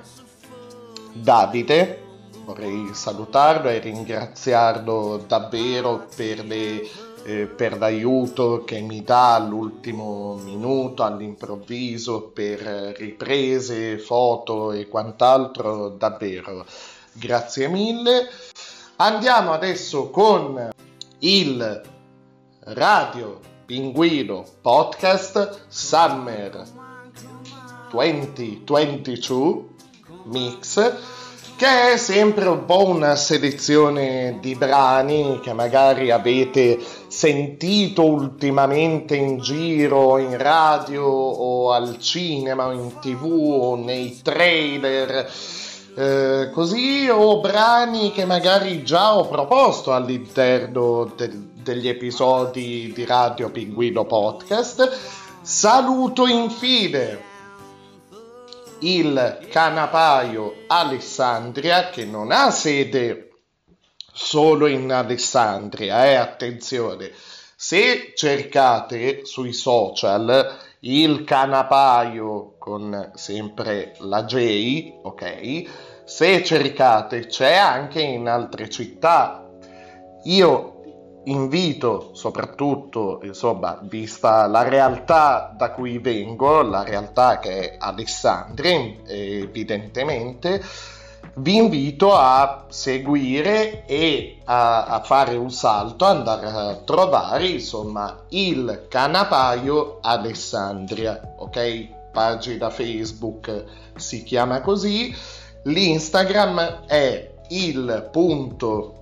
[SPEAKER 3] Davide, vorrei salutarlo e ringraziarlo davvero per, le, eh, per l'aiuto che mi dà all'ultimo minuto, all'improvviso, per riprese, foto e quant'altro, davvero, grazie mille. Andiamo adesso con il Radio Pinguino Podcast Summer duemilaventidue Mix, che è sempre un po' una selezione di brani che magari avete sentito ultimamente in giro, in radio o al cinema o in tv o nei trailer, eh, così, o brani che magari già ho proposto all'interno de- degli episodi di Radio Pinguino Podcast. Saluto infine il Canapaio Alessandria, che non ha sede solo in Alessandria, eh, attenzione, se cercate sui social il Canapaio con sempre la J, ok, se cercate c'è anche in altre città. Io invito soprattutto, insomma, vista la realtà da cui vengo, la realtà che è Alessandria, evidentemente, vi invito a seguire e a, a fare un salto, andare a trovare insomma il Canapaio Alessandria, ok? Pagina Facebook si chiama così, l'Instagram è il punto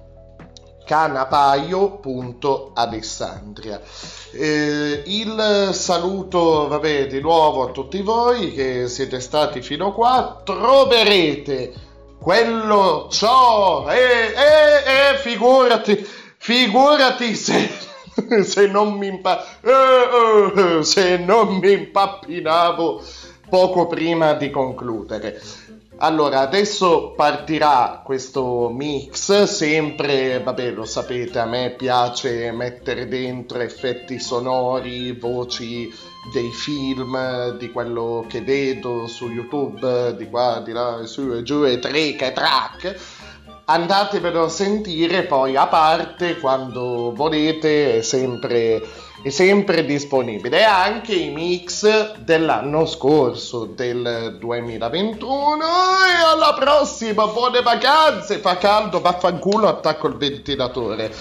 [SPEAKER 3] canapaio.alessandria. Eh, il saluto, vabbè, di nuovo a tutti voi che siete stati fino qua. Troverete quello ciò e eh, eh, eh, figurati figurati se, se non mi impa- eh, eh, se non mi impappinavo poco prima di concludere. Allora, adesso partirà questo mix, sempre, vabbè, lo sapete, a me piace mettere dentro effetti sonori, voci dei film, di quello che vedo su YouTube, di qua, di là, su e giù, e trick e track. Andatevelo a sentire poi a parte quando volete, è sempre... è sempre disponibile, e anche i mix dell'anno scorso, del duemilaventuno. E alla prossima, buone vacanze, fa caldo, vaffanculo, attacco il ventilatore.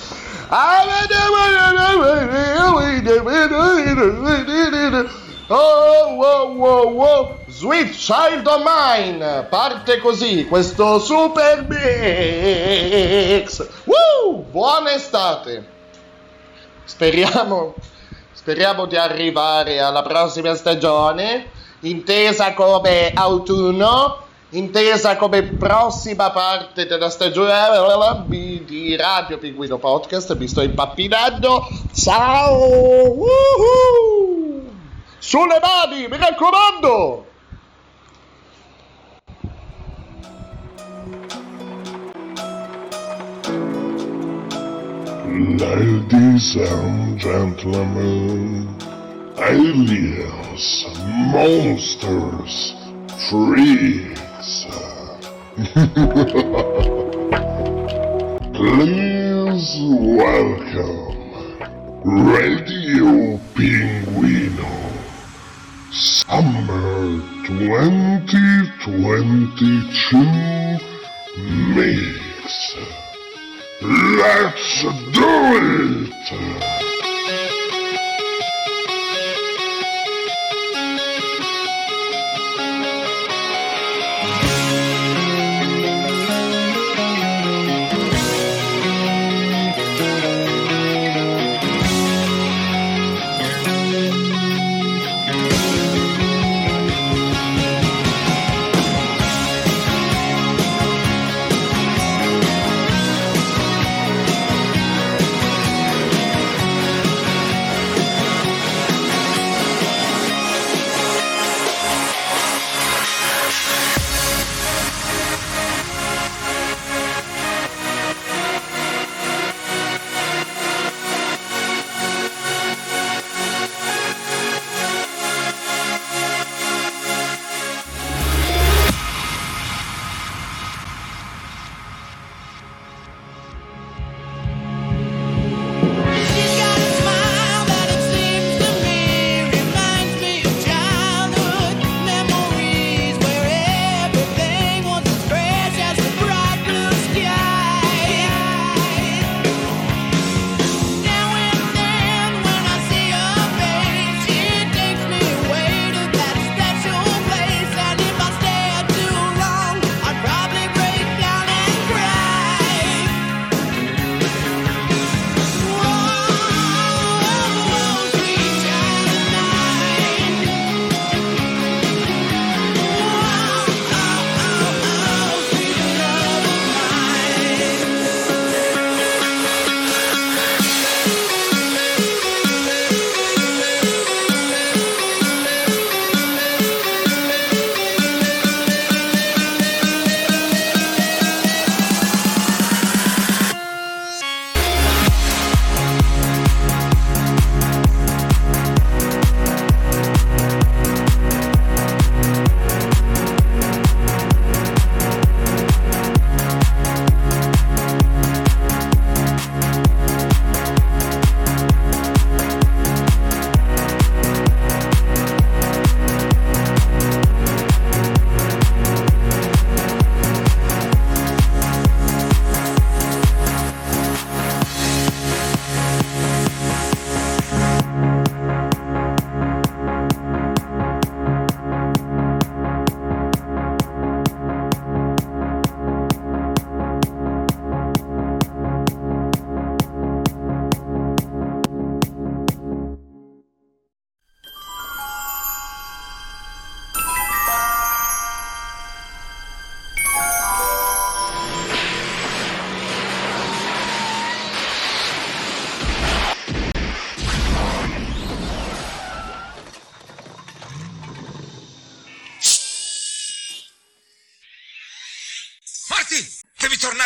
[SPEAKER 3] Oh, oh, oh, oh. Sweet Child of Mine parte così questo super mix. Woo! Buona estate, speriamo Speriamo di arrivare alla prossima stagione, intesa come autunno, intesa come prossima parte della stagione di Radio Pinguino Podcast. Mi sto impappinando. Ciao! Woohoo! Sulle mani, mi raccomando!
[SPEAKER 1] Ladies and gentlemen, aliens, monsters, freaks, please welcome Radio Pinguino Summer twenty twenty-two Mix. Let's do it!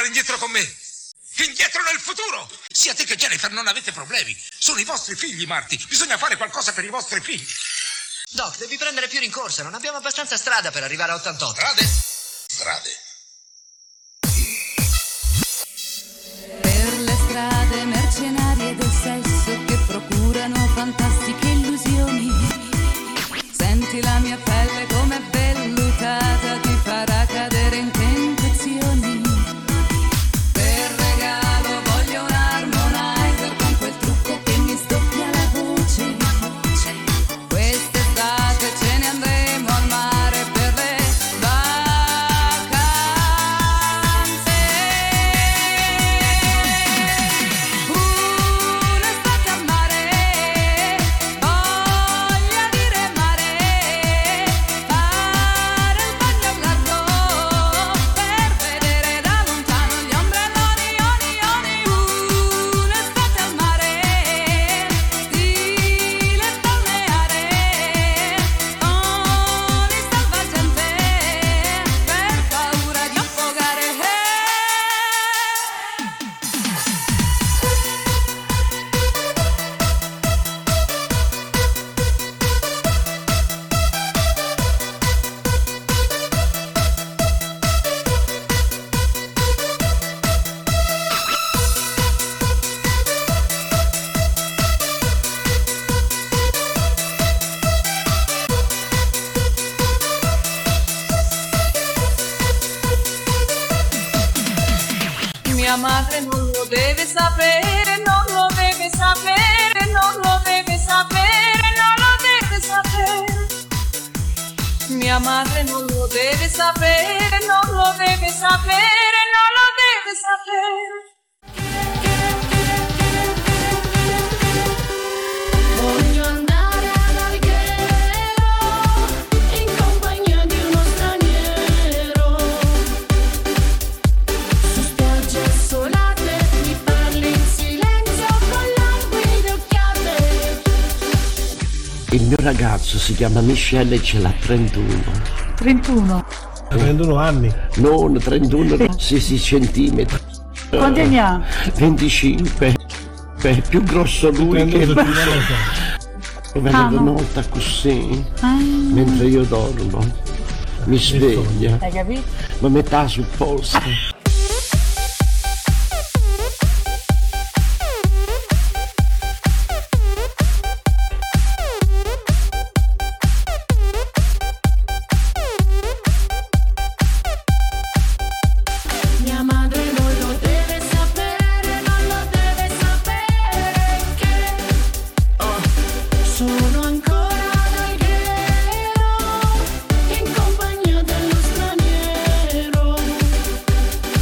[SPEAKER 12] tornare indietro con me. Indietro nel futuro. Sia te che Jennifer non avete problemi. Sono i vostri figli, Marty. Bisogna fare qualcosa per i vostri figli.
[SPEAKER 13] Doc, devi prendere più rincorsa. Non abbiamo abbastanza strada per arrivare a ottantotto.
[SPEAKER 12] Strade? Strade.
[SPEAKER 5] Per le strade mercenarie del sesso che procurano fantastiche illusioni. Senti la mia pelle come vellutata, ti farà cadere in tentazioni. Per regalo voglio un harmonizer con quel trucco che mi sdoppia la voce. Quest'estate ce ne andremo al mare per le vacanze. Un'estate al mare, voglia di remare, fare il bagno al largo per vedere da lontano gli ombrelloni, oni, oni. Un'estate al mare, stile balneare, oni salvagente, per paura di affogare. Mia madre non lo deve sapere, non lo deve sapere, non lo deve sapere, non lo deve sapere. Mia madre non lo deve sapere, non lo deve sapere, non lo deve sapere. Voglio andare ad Alghero in compagnia di uno straniero. Su spiagge assolate mi parli in silenzio con languide occhiate.
[SPEAKER 14] Il mio ragazzo si chiama Michele e ce l'ha trentuno.
[SPEAKER 15] trentuno.
[SPEAKER 14] trentuno anni? Non, trentuno, sì, sì, centimetri.
[SPEAKER 15] Quanti anni ha?
[SPEAKER 14] venticinque. Beh, più grosso lui che me. E me
[SPEAKER 15] Ah,
[SPEAKER 14] lo
[SPEAKER 15] no.
[SPEAKER 14] nota così,
[SPEAKER 15] Ah.
[SPEAKER 14] mentre io dormo. Mi sveglia,
[SPEAKER 15] Hai capito?
[SPEAKER 14] ma metà sul posto.
[SPEAKER 5] Mia madre non lo deve sapere, non lo deve sapere che sono ancora ad Alghero in compagnia dello straniero.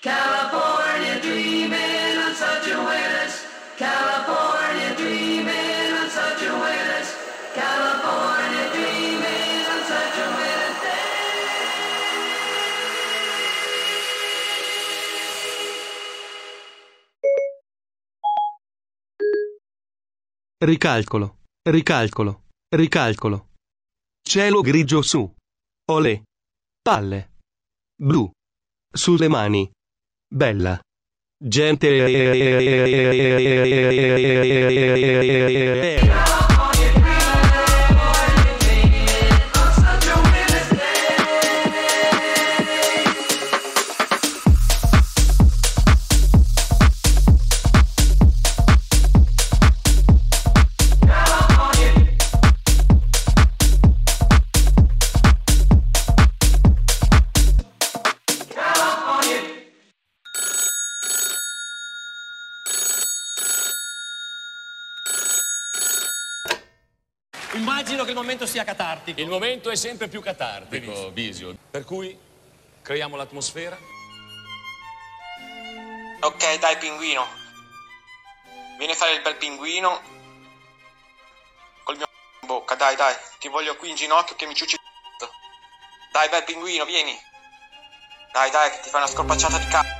[SPEAKER 5] California dreaming on such a winner's. California dreaming on such a winner's. California dreaming on such a winner's day.
[SPEAKER 16] Ricalcolo, ricalcolo, ricalcolo. Cielo grigio su. Olè. Palle. Blu. Sulle mani. Bella. Gente.
[SPEAKER 17] Immagino che il momento sia catartico.
[SPEAKER 18] Il momento è sempre più catartico, Bisio. Per cui creiamo l'atmosfera.
[SPEAKER 19] Ok, dai, pinguino. Vieni a fare il bel pinguino. Col mio in bocca, dai, dai. Ti voglio qui in ginocchio che mi ciucci il Dai, bel pinguino, vieni. Dai, dai, che ti fai una scorpacciata di cazzo.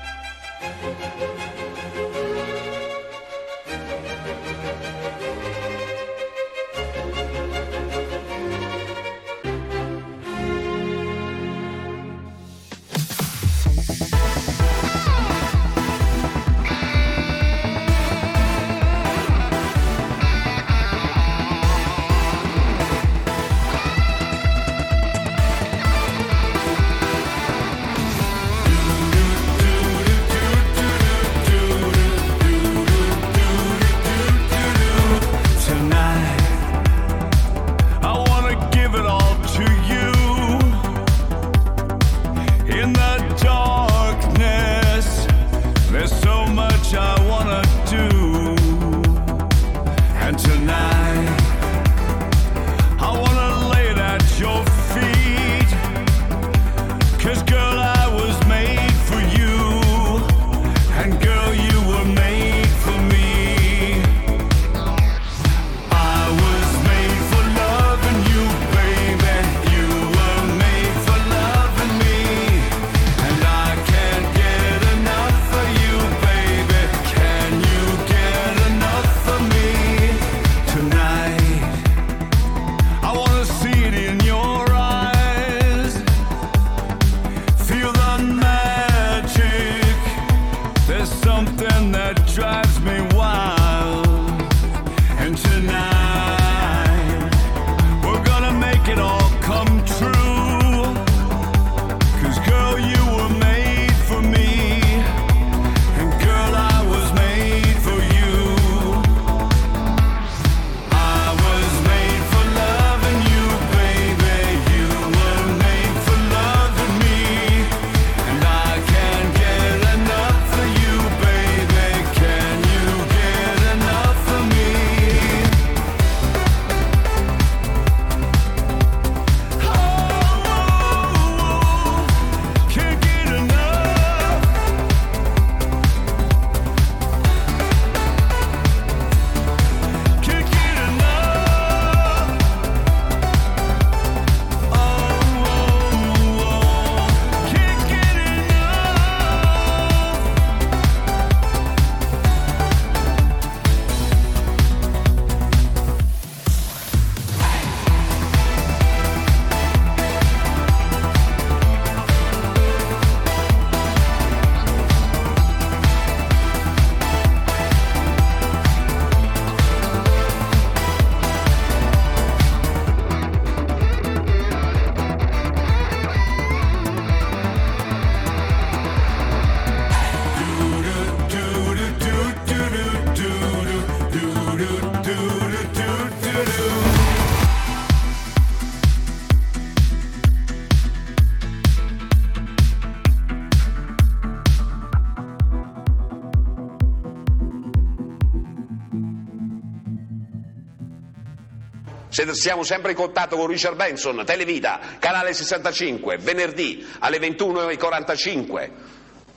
[SPEAKER 20] Siamo sempre in contatto con Richard Benson, Televita, canale sessantacinque, venerdì alle ventuno e quarantacinque.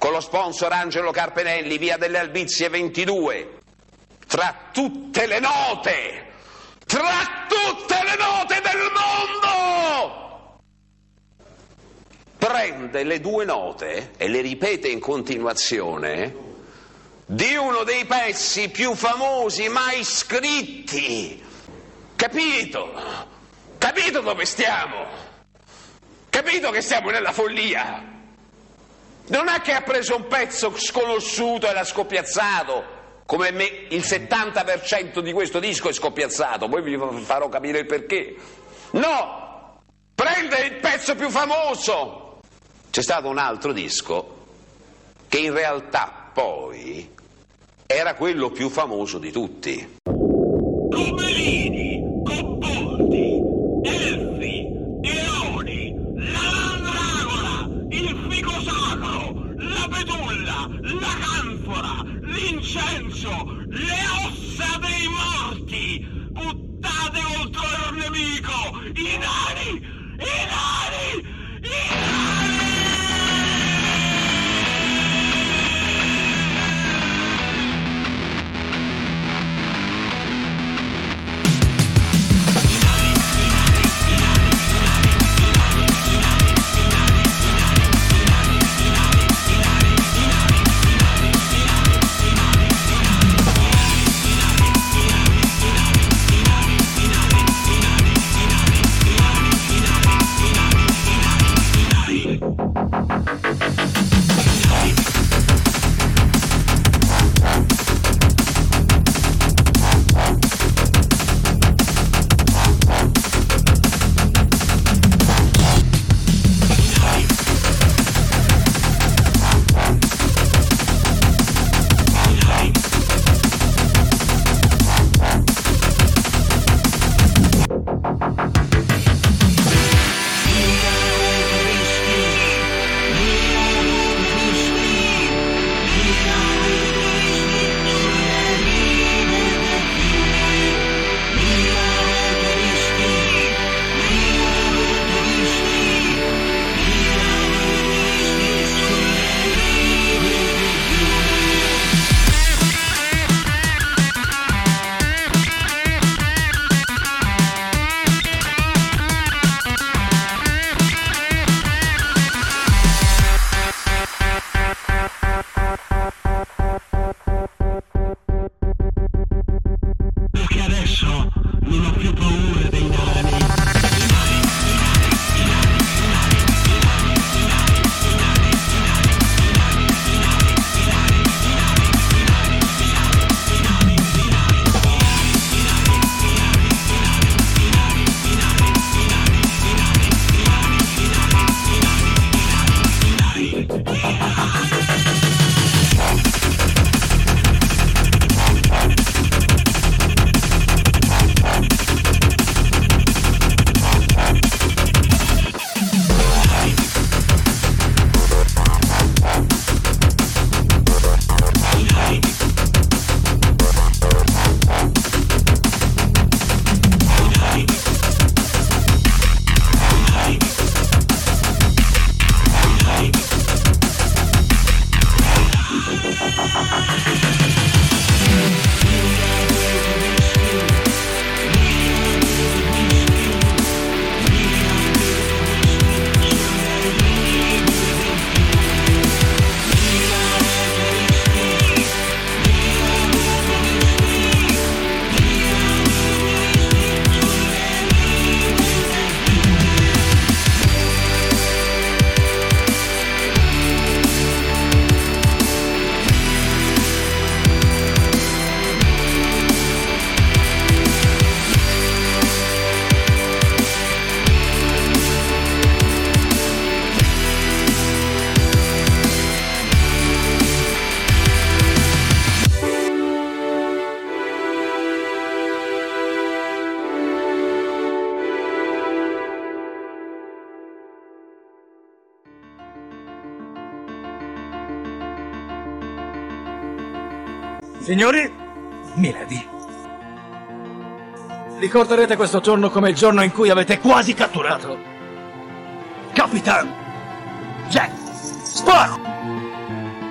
[SPEAKER 20] con lo sponsor Angelo Carpenelli, via delle Albizie ventidue. Tra tutte le note, tra tutte le note del mondo, prende le due note e le ripete in continuazione di uno dei pezzi più famosi mai scritti. Capito? Capito dove stiamo? Capito che siamo nella follia? Non è che ha preso un pezzo sconosciuto e l'ha scoppiazzato, come me il settanta per cento di questo disco è scoppiazzato, poi vi farò capire il perché. No! Prende il pezzo più famoso! C'è stato un altro disco che in realtà poi era quello più famoso di tutti.
[SPEAKER 5] Comelini, Cobboldi, Elfi, Eoni, la Mandragola, il fico sacro, la betulla, la canfora, l'incenso, le ossa dei morti, buttate oltre il nemico, i nani, i nani, i nani!
[SPEAKER 17] Signori, Milady, ricorderete questo giorno come il giorno in cui avete quasi catturato Capitan Jack Sparrow.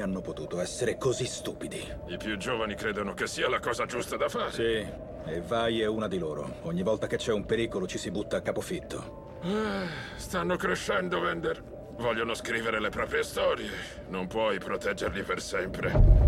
[SPEAKER 17] hanno potuto essere così stupidi?
[SPEAKER 21] I più giovani credono che sia la cosa giusta da fare.
[SPEAKER 17] Sì, e Vai è una di loro. Ogni volta che c'è un pericolo ci si butta a capofitto.
[SPEAKER 21] Ah, stanno crescendo, Wender. Vogliono scrivere le proprie storie. Non puoi proteggerli per sempre.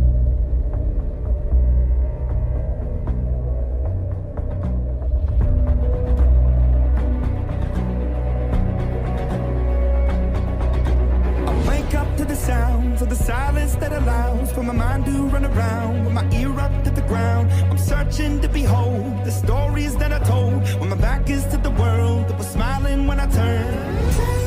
[SPEAKER 22] Sounds of the silence that allows for my mind to run around with my ear up to the ground. I'm searching to behold the stories that I told when my back is to the world that was smiling when I turned.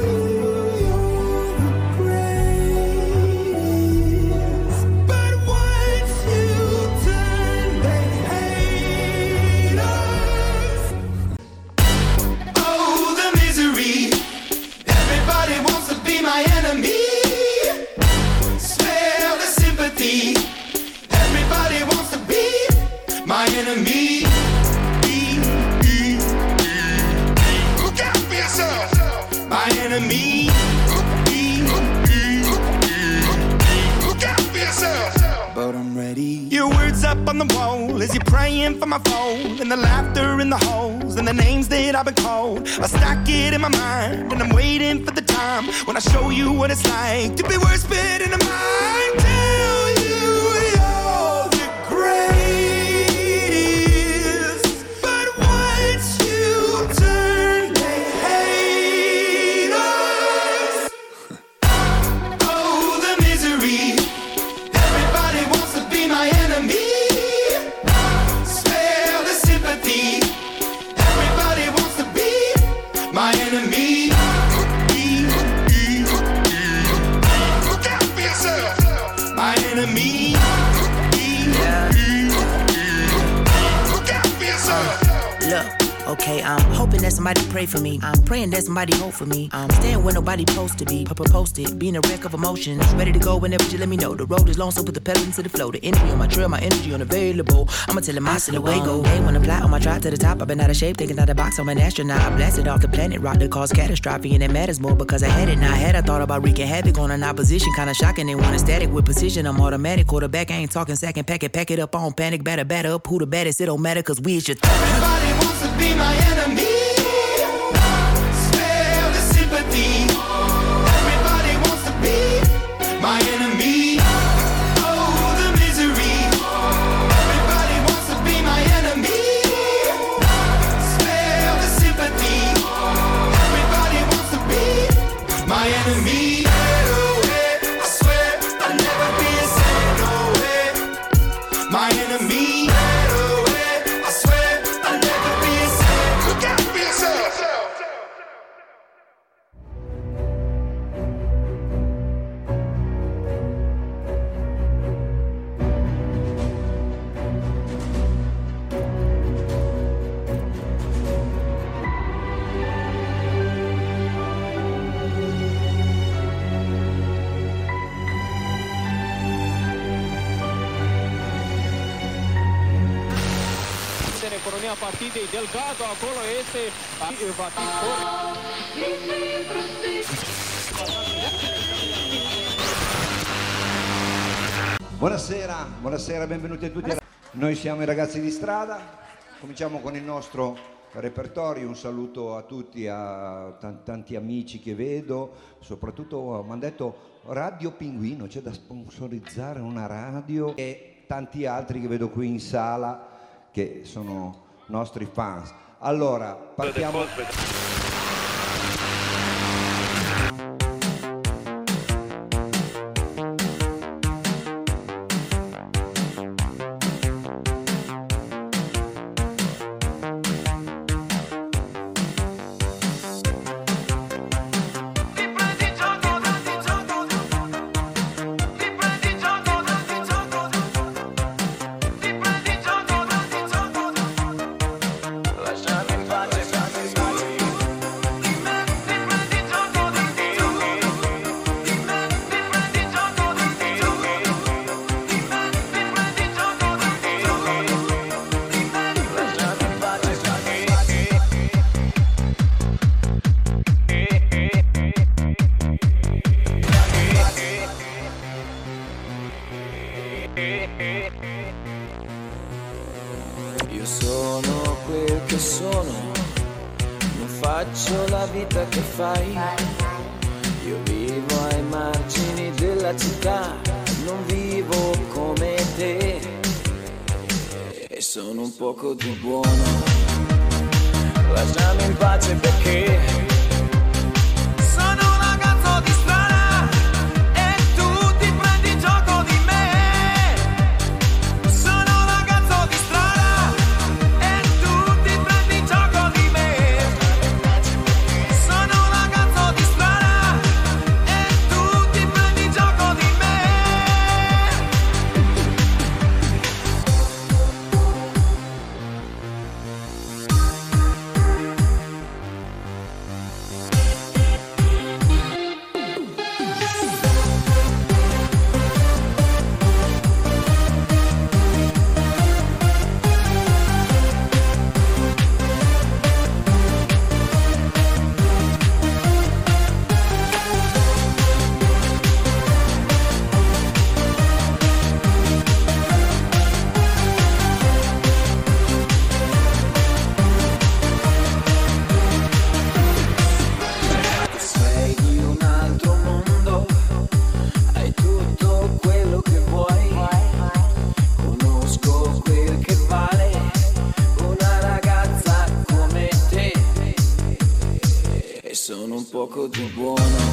[SPEAKER 22] Everybody wants to be my enemy. Look out for yourself. My enemy. Look out for yourself. But I'm ready. Your words up on the wall as you're praying for my phone, and the laughter in the halls and the names that I've been called. I stack it in my mind and I'm waiting for the time when I show you what it's like to be worse fit in the mind.
[SPEAKER 23] Okay, I'm hoping that somebody pray for me. I'm praying that somebody hope for me. I'm staying where nobody supposed to be. Papa posted, being a wreck of emotions. Ready to go whenever you let me know. The road is long, so put the pedal into the flow. The energy on my trail, my energy unavailable. I'ma tell him I still away go. Hey, when I fly on my drive to the top, I've been out of shape, thinking out of the box. I'm an astronaut. I blasted off the planet, rock that caused catastrophe, and it matters more because I had it. Now I had I thought about wreaking havoc on an opposition, kinda shocking. They want a static with precision. I'm automatic, quarterback. I ain't talking second packet, pack it up on panic, batter, batter up. Who the baddest? It don't matter, cause we is your th-
[SPEAKER 22] Everybody wants to be my enemy. Everybody wants to be my enemy. Oh, the misery. Everybody wants to be my enemy. Spare the sympathy. Everybody wants to be my enemy. I swear I'll never be a saint. No way. My enemy. I swear I'll never be a saint. Look out for yourself.
[SPEAKER 24] Partite Delgado, acolo este va fi
[SPEAKER 4] Buonasera, buonasera, benvenuti a tutti. Noi siamo i ragazzi di strada, cominciamo con il nostro repertorio. Un saluto a tutti, a t- tanti amici che vedo, soprattutto mi hanno detto Radio Pinguino, c'è da sponsorizzare una radio, e tanti altri che vedo qui in sala che sono nostri fans. Allora, partiamo.
[SPEAKER 22] Lasciami in pace, fammi
[SPEAKER 6] sono quel che sono, non faccio la vita che fai. Io vivo ai margini della città, non vivo come te. E sono un poco di buono, lasciami in pace perché sono un ragazzo di strada e tu ti prendi gioco di me. Sono un ragazzo di strada e tu ti prendi gioco di me. Sono un ragazzo di strada e tu ti prendi gioco di me. Sei di un altro mondo, hai tutto quello che vuoi. Conosco quel che vale una ragazza come te. E sono un poco di buono,